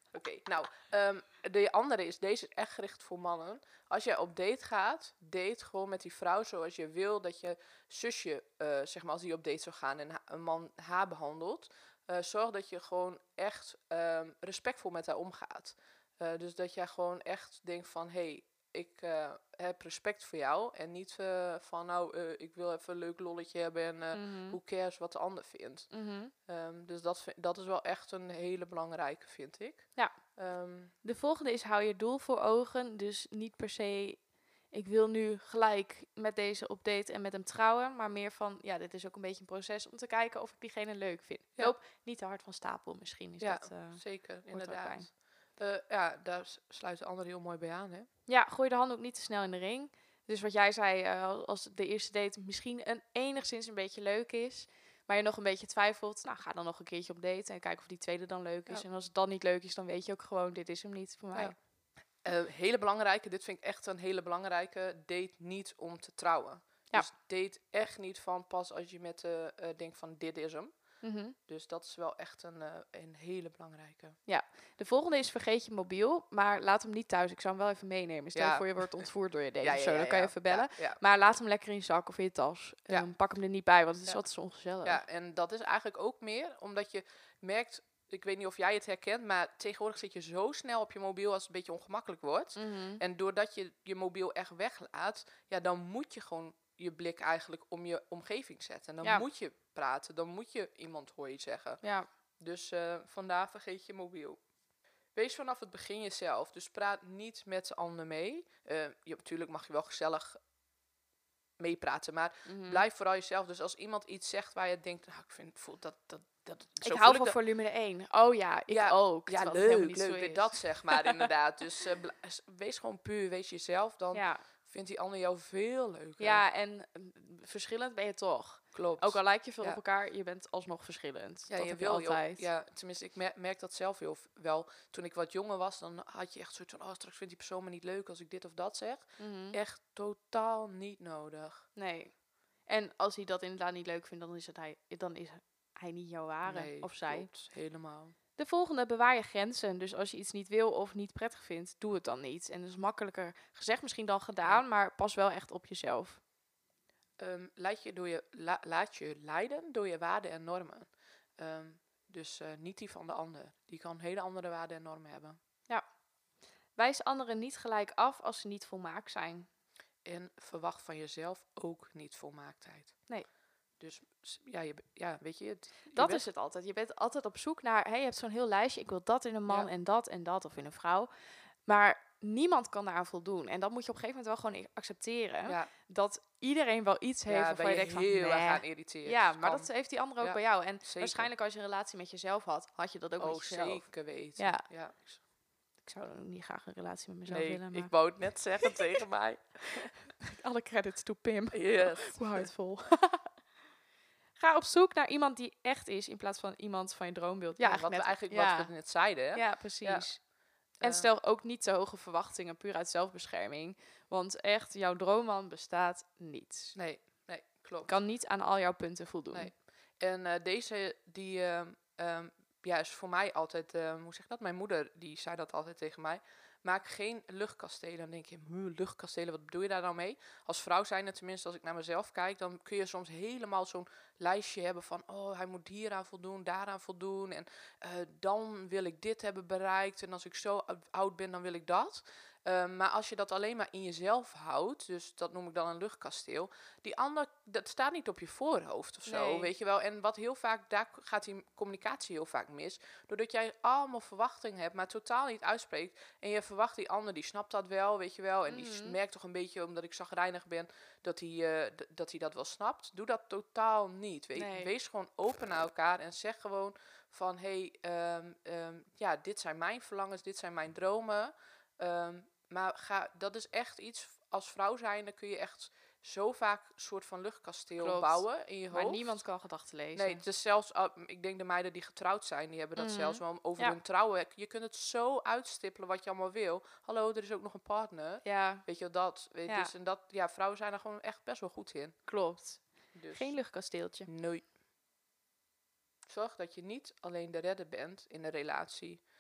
Oké, nou, ehm, de andere is, deze is echt gericht voor mannen. Als jij op date gaat, date gewoon met die vrouw zoals je wil dat je zusje, eh, zeg maar, als die op date zou gaan en ha- een man haar behandelt. eh, zorg dat je gewoon echt ehm, respectvol met haar omgaat. Eh, dus dat jij gewoon echt denkt van, hé, hey, ik eh, heb respect voor jou. En niet eh, van, nou, eh, ik wil even een leuk lolletje hebben en eh Mhm. who cares wat de ander vindt. Mhm. Ehm, dus dat, vind- dat is wel echt een hele belangrijke, vind ik. Ja. Ehm, De volgende is hou je doel voor ogen. Dus niet per se, ik wil nu gelijk met deze op date en met hem trouwen. Maar meer van, ja, dit is ook een beetje een proces om te kijken of ik diegene leuk vind. Ja. Loop niet te hard van stapel misschien. Is ja, dat, eh, zeker, ook bij. inderdaad. Eh, ja, daar s- sluit de ander heel mooi bij aan, hè? Ja, gooi de hand ook niet te snel in de ring. Dus wat jij zei, eh, als de eerste date misschien een, enigszins een beetje leuk is, maar je nog een beetje twijfelt, nou ga dan nog een keertje op date en kijk of die tweede dan leuk is. Ja. En als het dan niet leuk is, dan weet je ook gewoon, dit is hem niet voor mij. Ja. Eh, hele belangrijke, dit vind ik echt een hele belangrijke, date niet om te trouwen. Ja. Dus date echt niet van pas als je met eh eh, denkt van dit is hem. Mhm. Dus dat is wel echt een, eh, een hele belangrijke. De volgende is vergeet je mobiel, maar laat hem niet thuis. Ik zou hem wel even meenemen. Stel je Ja. voor je wordt ontvoerd door je date Ja, of ja, zo, ja, dan kan je ja. even bellen. Ja, ja. Maar laat hem lekker in je zak of in je tas. Ja. Ehm, pak hem er niet bij, want het is Ja. wat zo ongezellig. Ja, en dat is eigenlijk ook meer omdat je merkt, ik weet niet of jij het herkent, maar tegenwoordig zit je zo snel op je mobiel als het een beetje ongemakkelijk wordt. Mhm. En doordat je je mobiel echt weglaat, ja, dan moet je gewoon je blik eigenlijk om je omgeving zetten. En dan Ja. moet je praten, dan moet je iemand hoor je zeggen. Ja. Dus eh, vandaar vergeet je mobiel. Wees vanaf het begin jezelf, dus praat niet met de ander mee. Eh, je, natuurlijk mag je wel gezellig meepraten, maar Mhm. blijf vooral jezelf. Dus als iemand iets zegt waar je denkt, nou, ik vind, voel dat, dat, dat, zo Ik voel hou van dat. Formule één. Oh ja, ik Ja, ook. Ja, terwijl het helemaal leuk, niet leuk, zo weer is. dat zeg maar inderdaad. Dus eh, bla- s- wees gewoon puur, wees jezelf, dan Ja. vindt die ander jou veel leuker. Ja, en mm, verschillend ben je toch. klopt. Ook al lijk je veel Ja. op elkaar, je bent alsnog verschillend. Ja, dat je heb wil je altijd. Je, ja, tenminste, ik mer- merk dat zelf heel v- wel. Toen ik wat jonger was, dan had je echt soort van, oh, straks vindt die persoon me niet leuk als ik dit of dat zeg. Mhm. Echt totaal niet nodig. Nee. En als hij dat inderdaad niet leuk vindt, dan is, het hij, dan is hij niet jouw ware. Nee, of zij. klopt, helemaal. De volgende, bewaar je grenzen. Dus als je iets niet wil of niet prettig vindt, doe het dan niet. En dat is makkelijker gezegd misschien dan gedaan, maar pas wel echt op jezelf. Ehm, laat, je door je, la- laat je leiden door je waarden en normen. Ehm, dus eh, niet die van de ander. Die kan hele andere waarden en normen hebben. Wijs anderen niet gelijk af als ze niet volmaakt zijn. En verwacht van jezelf ook niet volmaaktheid. Nee. Dus s- ja, je, be- ja weet je... Het, je Dat bent- is het altijd. Je bent altijd op zoek naar, hey, je hebt zo'n heel lijstje, ik wil dat in een man Ja. en dat en dat of in een vrouw. Maar niemand kan daaraan voldoen. En dat moet je op een gegeven moment wel gewoon accepteren. Ja, dat iedereen wel iets heeft ja, waarvan ben je je denkt van, heel erg nee. aan irriteren. Ja, maar dat heeft die andere ook Ja, bij jou. En zeker. waarschijnlijk als je een relatie met jezelf had, had je dat ook Oh, met jezelf. zeker weten. Ja. ja. Ik zou dan ook niet graag een relatie met mezelf Nee, willen, maar ik wou het net zeggen tegen mij. alle credits to Pim. Yes. Hoe houtvol. Ga op zoek naar iemand die echt is, in plaats van iemand van je droombeeld. Ja, Ja, wat net- we eigenlijk ja. wat we net zeiden. Hè? Ja, precies. En Eh, stel ook niet te hoge verwachtingen, puur uit zelfbescherming. Want echt, jouw droomman bestaat niet. Nee, nee, klopt. Kan niet aan al jouw punten voldoen. Nee. En eh, deze, die ehm, ehm, ja, is voor mij altijd, ehm, hoe zeg je dat? Mijn moeder, die zei dat altijd tegen mij. Maak geen luchtkastelen. Dan denk je, "Hm, luchtkastelen, wat bedoel je daar nou mee? Als vrouw zijnde, tenminste als ik naar mezelf kijk, dan kun je soms helemaal zo'n lijstje hebben van, oh, hij moet hieraan voldoen, daaraan voldoen. En eh, dan wil ik dit hebben bereikt. En als ik zo ou- oud ben, dan wil ik dat. Ehm, maar als je dat alleen maar in jezelf houdt, dus dat noem ik dan een luchtkasteel, die ander, dat staat niet op je voorhoofd of zo, Nee. weet je wel. En wat heel vaak, daar k- gaat die communicatie heel vaak mis, doordat jij allemaal verwachtingen hebt, maar totaal niet uitspreekt. En je verwacht die ander, die snapt dat wel, weet je wel. En die s- Mhm. merkt toch een beetje, omdat ik zagrijnig ben, dat hij, eh, d- dat hij dat wel snapt. Doe dat totaal niet. We- Nee. Wees gewoon open naar elkaar en zeg gewoon van, hé, hey, ehm, ehm, ja, dit zijn mijn verlangens, dit zijn mijn dromen. Ehm, maar ga, dat is echt iets, als vrouw zijnde kun je echt zo vaak een soort van luchtkasteel Klopt. bouwen in je Maar hoofd. niemand kan gedachten lezen. Nee, het is zelfs, ah, ik denk de meiden die getrouwd zijn, die hebben dat Mhm. zelfs wel over Ja. hun trouwen. Je kunt het zo uitstippelen wat je allemaal wil. Hallo, er is ook nog een partner. Ja, Weet je wel, dat. Weet, Ja. dus, en dat, ja, vrouwen zijn er gewoon echt best wel goed in. klopt. Dus, Geen luchtkasteeltje. nee. Zorg dat je niet alleen de redder bent in een relatie.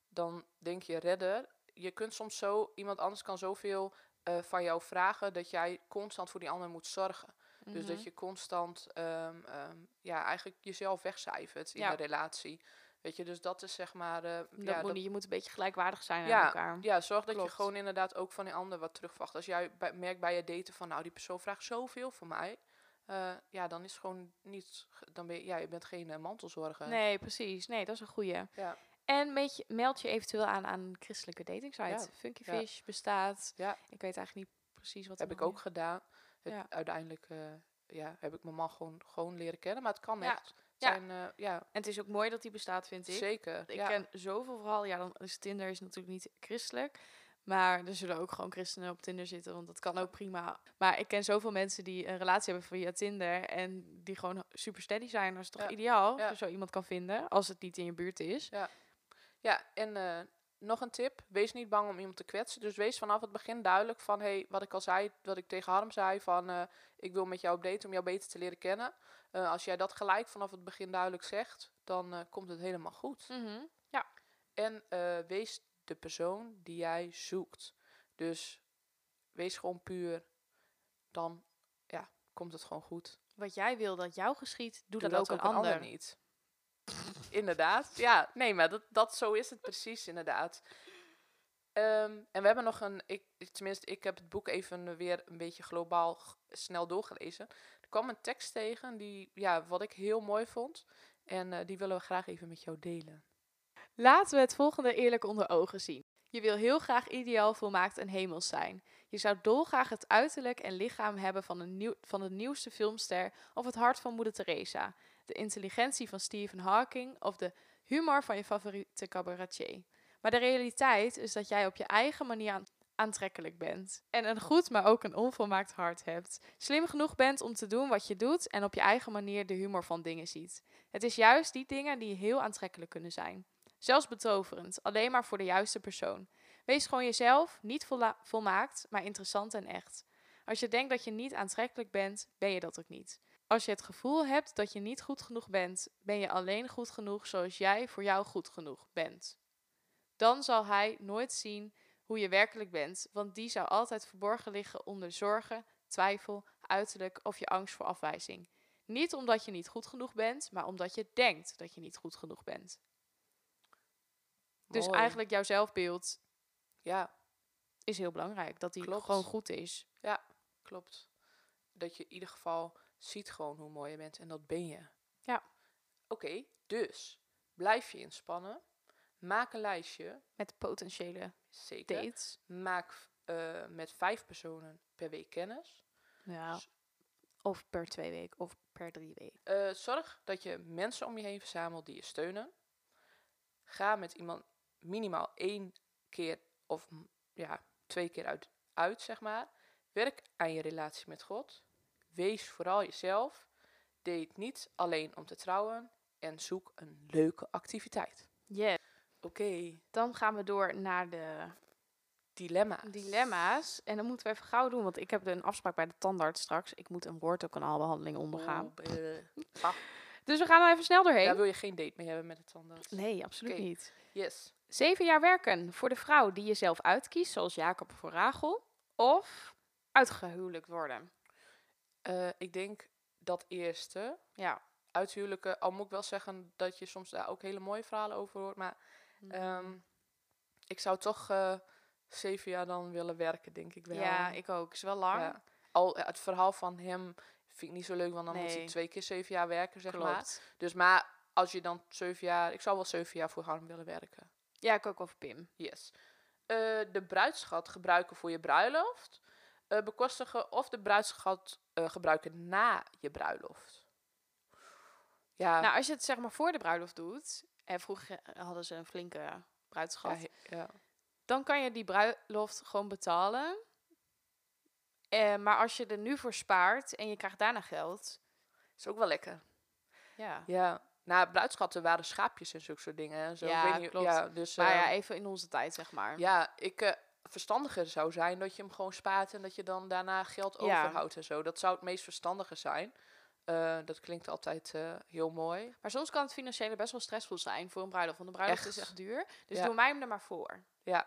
dan denk je redder. Je kunt soms zo, iemand anders kan zoveel uh, van jou vragen dat jij constant voor die ander moet zorgen. Mm-hmm. Dus dat je constant um, um, ja, eigenlijk jezelf wegcijfert in ja. de relatie. Weet je, dus dat is zeg maar... Uh, dat ja, moet dat, niet, je moet een beetje gelijkwaardig zijn ja, aan elkaar. Ja, zorg dat Klopt. je gewoon inderdaad ook van die ander wat terugverwacht. Als jij bij, merkt bij je daten van, nou, die persoon vraagt zoveel van mij. Uh, ja, dan is het gewoon niet... Dan ben je, ja, je bent geen uh, mantelzorger. Nee, precies. Nee, dat is een goeie. Ja. En je, meld je eventueel aan aan een christelijke datingsite. Ja. Funky Fish ja. bestaat. Ja. Ik weet eigenlijk niet precies wat... Heb ik ook gedaan. Het, ja. Uiteindelijk uh, ja, heb ik mijn man gewoon, gewoon leren kennen. Maar het kan ja. echt... Zijn, ja. Uh, ja. En het is ook mooi dat die bestaat, vind ik. Zeker. Ik ja. ken zoveel vooral. Ja, dan is Tinder is natuurlijk niet christelijk. Maar er zullen ook gewoon christenen op Tinder zitten. Want dat kan ook prima. Maar ik ken zoveel mensen die een relatie hebben via Tinder. En die gewoon super steady zijn. Dat is toch ja. ideaal ja. als je zo iemand kan vinden. Als het niet in je buurt is. Ja, ja en uh, nog een tip. Wees niet bang om iemand te kwetsen. Dus wees vanaf het begin duidelijk van... Hey, wat ik al zei, wat ik tegen Harm zei. Van uh, ik wil met jou op date om jou beter te leren kennen. Uh, als jij dat gelijk vanaf het begin duidelijk zegt, dan uh, komt het helemaal goed. Mm-hmm. Ja. En uh, wees de persoon die jij zoekt. Dus wees gewoon puur. Dan ja, komt het gewoon goed. Wat jij wil dat jou geschiet, doe, doe dat, dat ook, ook een ander. ander niet. Inderdaad. Ja, nee, maar dat, dat, zo is het precies inderdaad. Um, en we hebben nog een... Ik, tenminste, ik heb het boek even weer een beetje globaal g- snel doorgelezen. Er kwam een tekst tegen, die, ja, wat ik heel mooi vond. En uh, die willen we graag even met jou delen. Laten we het volgende eerlijk onder ogen zien. Je wil heel graag ideaal volmaakt en hemels zijn. Je zou dolgraag het uiterlijk en lichaam hebben van, een nieuw, van de nieuwste filmster of het hart van moeder Teresa. De intelligentie van Stephen Hawking of de humor van je favoriete cabaretier. Maar de realiteit is dat jij op je eigen manier aan- aantrekkelijk bent. En een goed, maar ook een onvolmaakt hart hebt. Slim genoeg bent om te doen wat je doet en op je eigen manier de humor van dingen ziet. Het is juist die dingen die heel aantrekkelijk kunnen zijn. Zelfs betoverend, alleen maar voor de juiste persoon. Wees gewoon jezelf, niet vola- volmaakt, maar interessant en echt. Als je denkt dat je niet aantrekkelijk bent, ben je dat ook niet. Als je het gevoel hebt dat je niet goed genoeg bent, ben je alleen goed genoeg zoals jij voor jou goed genoeg bent. Dan zal hij nooit zien hoe je werkelijk bent, want die zou altijd verborgen liggen onder zorgen, twijfel, uiterlijk of je angst voor afwijzing. Niet omdat je niet goed genoeg bent, maar omdat je denkt dat je niet goed genoeg bent. Mooi. Dus eigenlijk jouw zelfbeeld ja. is heel belangrijk, dat die klopt. gewoon goed is. Ja, klopt. Dat je in ieder geval ziet gewoon hoe mooi je bent en dat ben je. Ja. Oké, okay, dus blijf je inspannen. Maak een lijstje. Met potentiële Zeker. dates. Maak uh, met vijf personen per week kennis. Ja. Dus, of per twee weken of per drie weken. Uh, zorg dat je mensen om je heen verzamelt die je steunen. Ga met iemand minimaal één keer of ja, twee keer uit, uit, zeg maar. Werk aan je relatie met God. Wees vooral jezelf. Date niet alleen om te trouwen. En zoek een leuke activiteit. Ja. Yes. Oké. Okay. Dan gaan we door naar de dilemma's. dilemma's. En dan moeten we even gauw doen, want ik heb een afspraak bij de tandarts straks. Ik moet een woordkanaalbehandeling ondergaan. Oh, ah. Dus we gaan er even snel doorheen. Daar wil je geen date mee hebben met de tandarts. Nee, absoluut okay. niet. Yes. Zeven jaar werken voor de vrouw die je zelf uitkiest, zoals Jacob voor Rachel. Of uitgehuwelijkt worden. Uh, ik denk dat eerste. Ja. Uithuwelijken, al moet ik wel zeggen dat je soms daar ook hele mooie verhalen over hoort. Maar mm. um, ik zou toch uh, zeven jaar dan willen werken, denk ik wel. Ja, ik ook. Is wel lang. Ja. Al het verhaal van hem vind ik niet zo leuk, want dan nee. moet hij twee keer zeven jaar werken, zeg Klopt. maar. Dus maar als je dan zeven jaar... Ik zou wel zeven jaar voor Harm willen werken. Ja, ik ook wel voor Pim. Yes. Uh, de bruidsschat gebruiken voor je bruiloft. Uh, bekostigen of de bruidsschat uh, gebruiken na je bruiloft. Ja. Nou, als je het zeg maar voor de bruiloft doet, en vroeger hadden ze een flinke bruidsschat, ja, ja. dan kan je die bruiloft gewoon betalen. Uh, maar als je er nu voor spaart en je krijgt daarna geld, is ook wel lekker. Ja. Ja. Nou, bruidschatten waren schaapjes en zulke soort dingen. En zo. Ja, weet niet, klopt. Ja, dus, maar uh, ja, even in onze tijd, zeg maar. Ja, ik... Uh, verstandiger zou zijn dat je hem gewoon spaart en dat je dan daarna geld ja. overhoudt en zo. Dat zou het meest verstandige zijn. Uh, dat klinkt altijd uh, heel mooi. Maar soms kan het financiële best wel stressvol zijn voor een bruiloft. Want een bruiloft Echt? is echt duur. Dus Ja. doe mij hem er maar voor. Ja,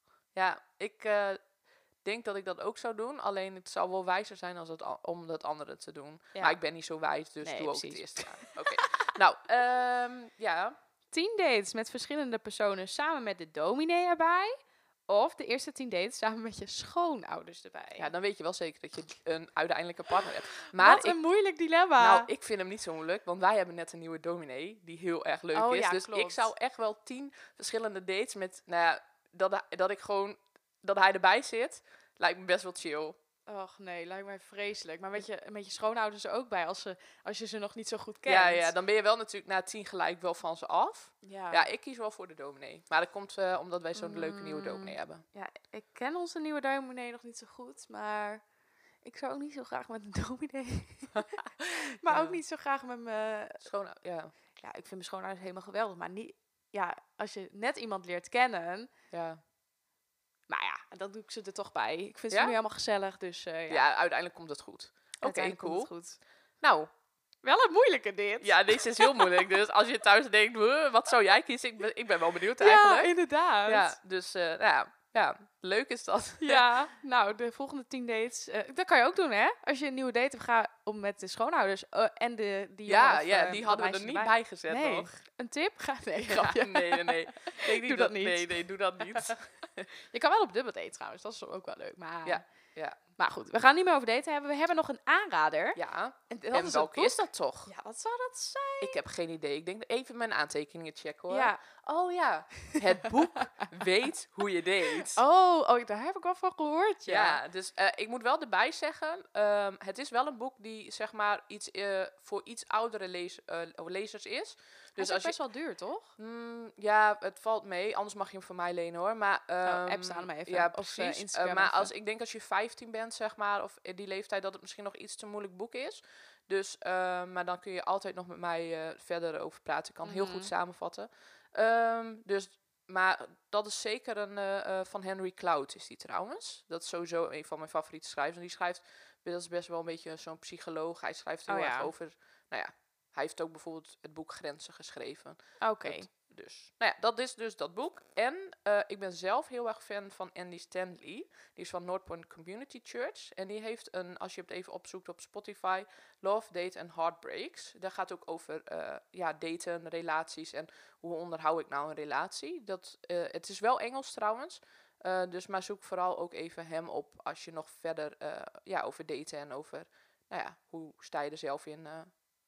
ja ik uh, denk dat ik dat ook zou doen. Alleen het zou wel wijzer zijn als het a- om dat andere te doen. Ja. Maar ik ben niet zo wijs, dus Nee, doe ook precies. het eerste. Ja. Oké. Nou, um, ja. Tien dates met verschillende personen samen met de dominee erbij. Of de eerste tien dates samen met je schoonouders erbij. Ja, dan weet je wel zeker dat je een uiteindelijke partner hebt. Maar Wat een ik, moeilijk dilemma. nou, ik vind hem niet zo moeilijk, want wij hebben net een nieuwe dominee die heel erg leuk Oh, is. ja, Dus klopt. ik zou echt wel tien verschillende dates met, nou ja, dat, dat ik gewoon, dat hij erbij zit, lijkt me best wel chill. Och nee, lijkt mij vreselijk. Maar met je, met je schoonouders er ook bij, als, ze, als je ze nog niet zo goed kent. Ja, ja, dan ben je wel natuurlijk na tien gelijk wel van ze af. Ja. Ja, ik kies wel voor de dominee. Maar dat komt uh, omdat wij zo'n Mm. leuke nieuwe dominee hebben. Ja, ik ken onze nieuwe dominee nog niet zo goed, maar ik zou ook niet zo graag met een dominee. maar Ja. ook niet zo graag met mijn... Schoon, ja. Ja, ik vind mijn schoonouders helemaal geweldig, maar niet... Ja, als je net iemand leert kennen... Ja. Maar ja, dan doe ik ze er toch bij. Ik vind ze Ja? nu helemaal gezellig, dus uh, ja. Ja, uiteindelijk komt het goed. Oké, Uiteindelijk cool. komt het goed. Nou, Wel een moeilijke dit. ja, deze is heel moeilijk. Dus als je thuis denkt, "Huh, wat zou jij kiezen? Ik ben, ik ben wel benieuwd Ja, eigenlijk. inderdaad. Ja, dus uh, nou ja, ja, leuk is dat. Ja, nou, de volgende tien dates... Uh, dat kan je ook doen, hè? Als je een nieuwe date hebt, ga om met de schoonouders uh, en de, die jongen Ja, of, ja, uh, die dat hadden we er meisje niet erbij. bij gezet Nee. nog. Een tip? Ga, nee, Ja, grapje. nee, nee, nee. Ik Doe dat niet. Nee, nee, doe dat niet. Je kan wel op dubbel daten trouwens, dat is ook wel leuk. Maar, Ja, ja. maar goed, we gaan niet meer over daten hebben. We hebben nog een aanrader. Ja, En, dat en is welke een is dat toch? Ja, wat zou dat zijn? Ik heb geen idee. Ik denk even mijn aantekeningen checken hoor. Ja. Oh ja, het boek Weet hoe je date. Oh, oh, daar heb ik wel van gehoord, ja. Ja, dus uh, ik moet wel erbij zeggen, um, het is wel een boek die zeg maar iets uh, voor iets oudere lees, uh, lezers is. Dus Dus is als je, best wel duur, toch? mm, ja, het valt mee. Anders mag je hem voor mij lenen hoor. Maar um, oh, app staan maar even. Ja, Of, uh, precies. Instagram uh, maar even. als ik denk als je vijftien bent zeg maar, of die leeftijd, dat het misschien nog iets te moeilijk boek is. Dus, uh, maar dan kun je altijd nog met mij uh, verder over praten. Ik kan heel Mhm. goed samenvatten. Um, dus, maar dat is zeker een uh, uh, van Henry Cloud is die trouwens. Dat is sowieso een van mijn favoriete schrijvers. En die schrijft, dat is best wel een beetje zo'n psycholoog. Hij schrijft heel Oh, erg ja. over, nou ja, hij heeft ook bijvoorbeeld het boek Grenzen geschreven. Oké. Dat- Dus, nou ja, dat is dus dat boek. En uh, ik ben zelf heel erg fan van Andy Stanley. Die is van North Point Community Church. En die heeft een, als je het even opzoekt op Spotify, Love, Date and Heartbreaks. Daar gaat ook over uh, ja, daten, relaties en hoe onderhoud ik nou een relatie. Dat, uh, het is wel Engels trouwens. Uh, dus maar zoek vooral ook even hem op als je nog verder uh, ja, over daten en over, nou ja, hoe sta je er zelf in, uh,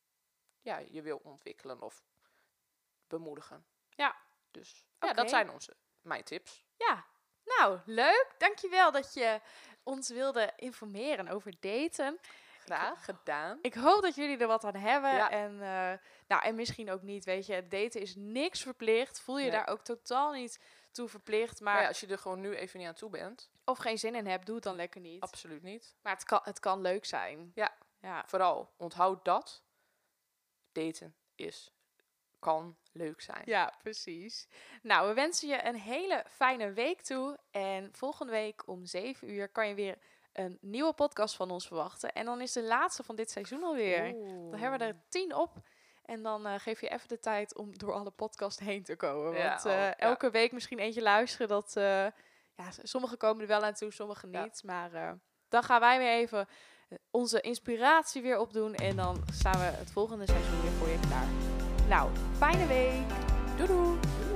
ja, je wil ontwikkelen of bemoedigen. Ja. Dus ja, Oké. dat zijn onze, mijn tips. Ja, nou, leuk. Dankjewel dat je ons wilde informeren over daten. Graag gedaan. Ik hoop dat jullie er wat aan hebben. Ja. En, uh, nou, en misschien ook niet, weet je. Daten is niks verplicht. Voel je Nee. daar ook totaal niet toe verplicht. Maar Maar ja, als je er gewoon nu even niet aan toe bent, of geen zin in hebt, doe het dan lekker niet. absoluut niet. Maar het kan, het kan leuk zijn. Ja. Ja. Vooral, onthoud dat. Daten is, kan leuk zijn. Ja, precies. Nou, we wensen je een hele fijne week toe. En volgende week om zeven uur kan je weer een nieuwe podcast van ons verwachten. En dan is de laatste van dit seizoen alweer. Oeh. Dan hebben we er tien op. En dan uh, geef je even de tijd om door alle podcasts heen te komen. Ja, Want uh, oh, ja. elke week misschien eentje luisteren. Dat, uh, ja, sommige komen er wel aan toe, sommige Ja. niet. Maar uh, dan gaan wij weer even onze inspiratie weer opdoen. En dan staan we het volgende seizoen weer voor je klaar. Nou, fijne week. Doei doei. Doei.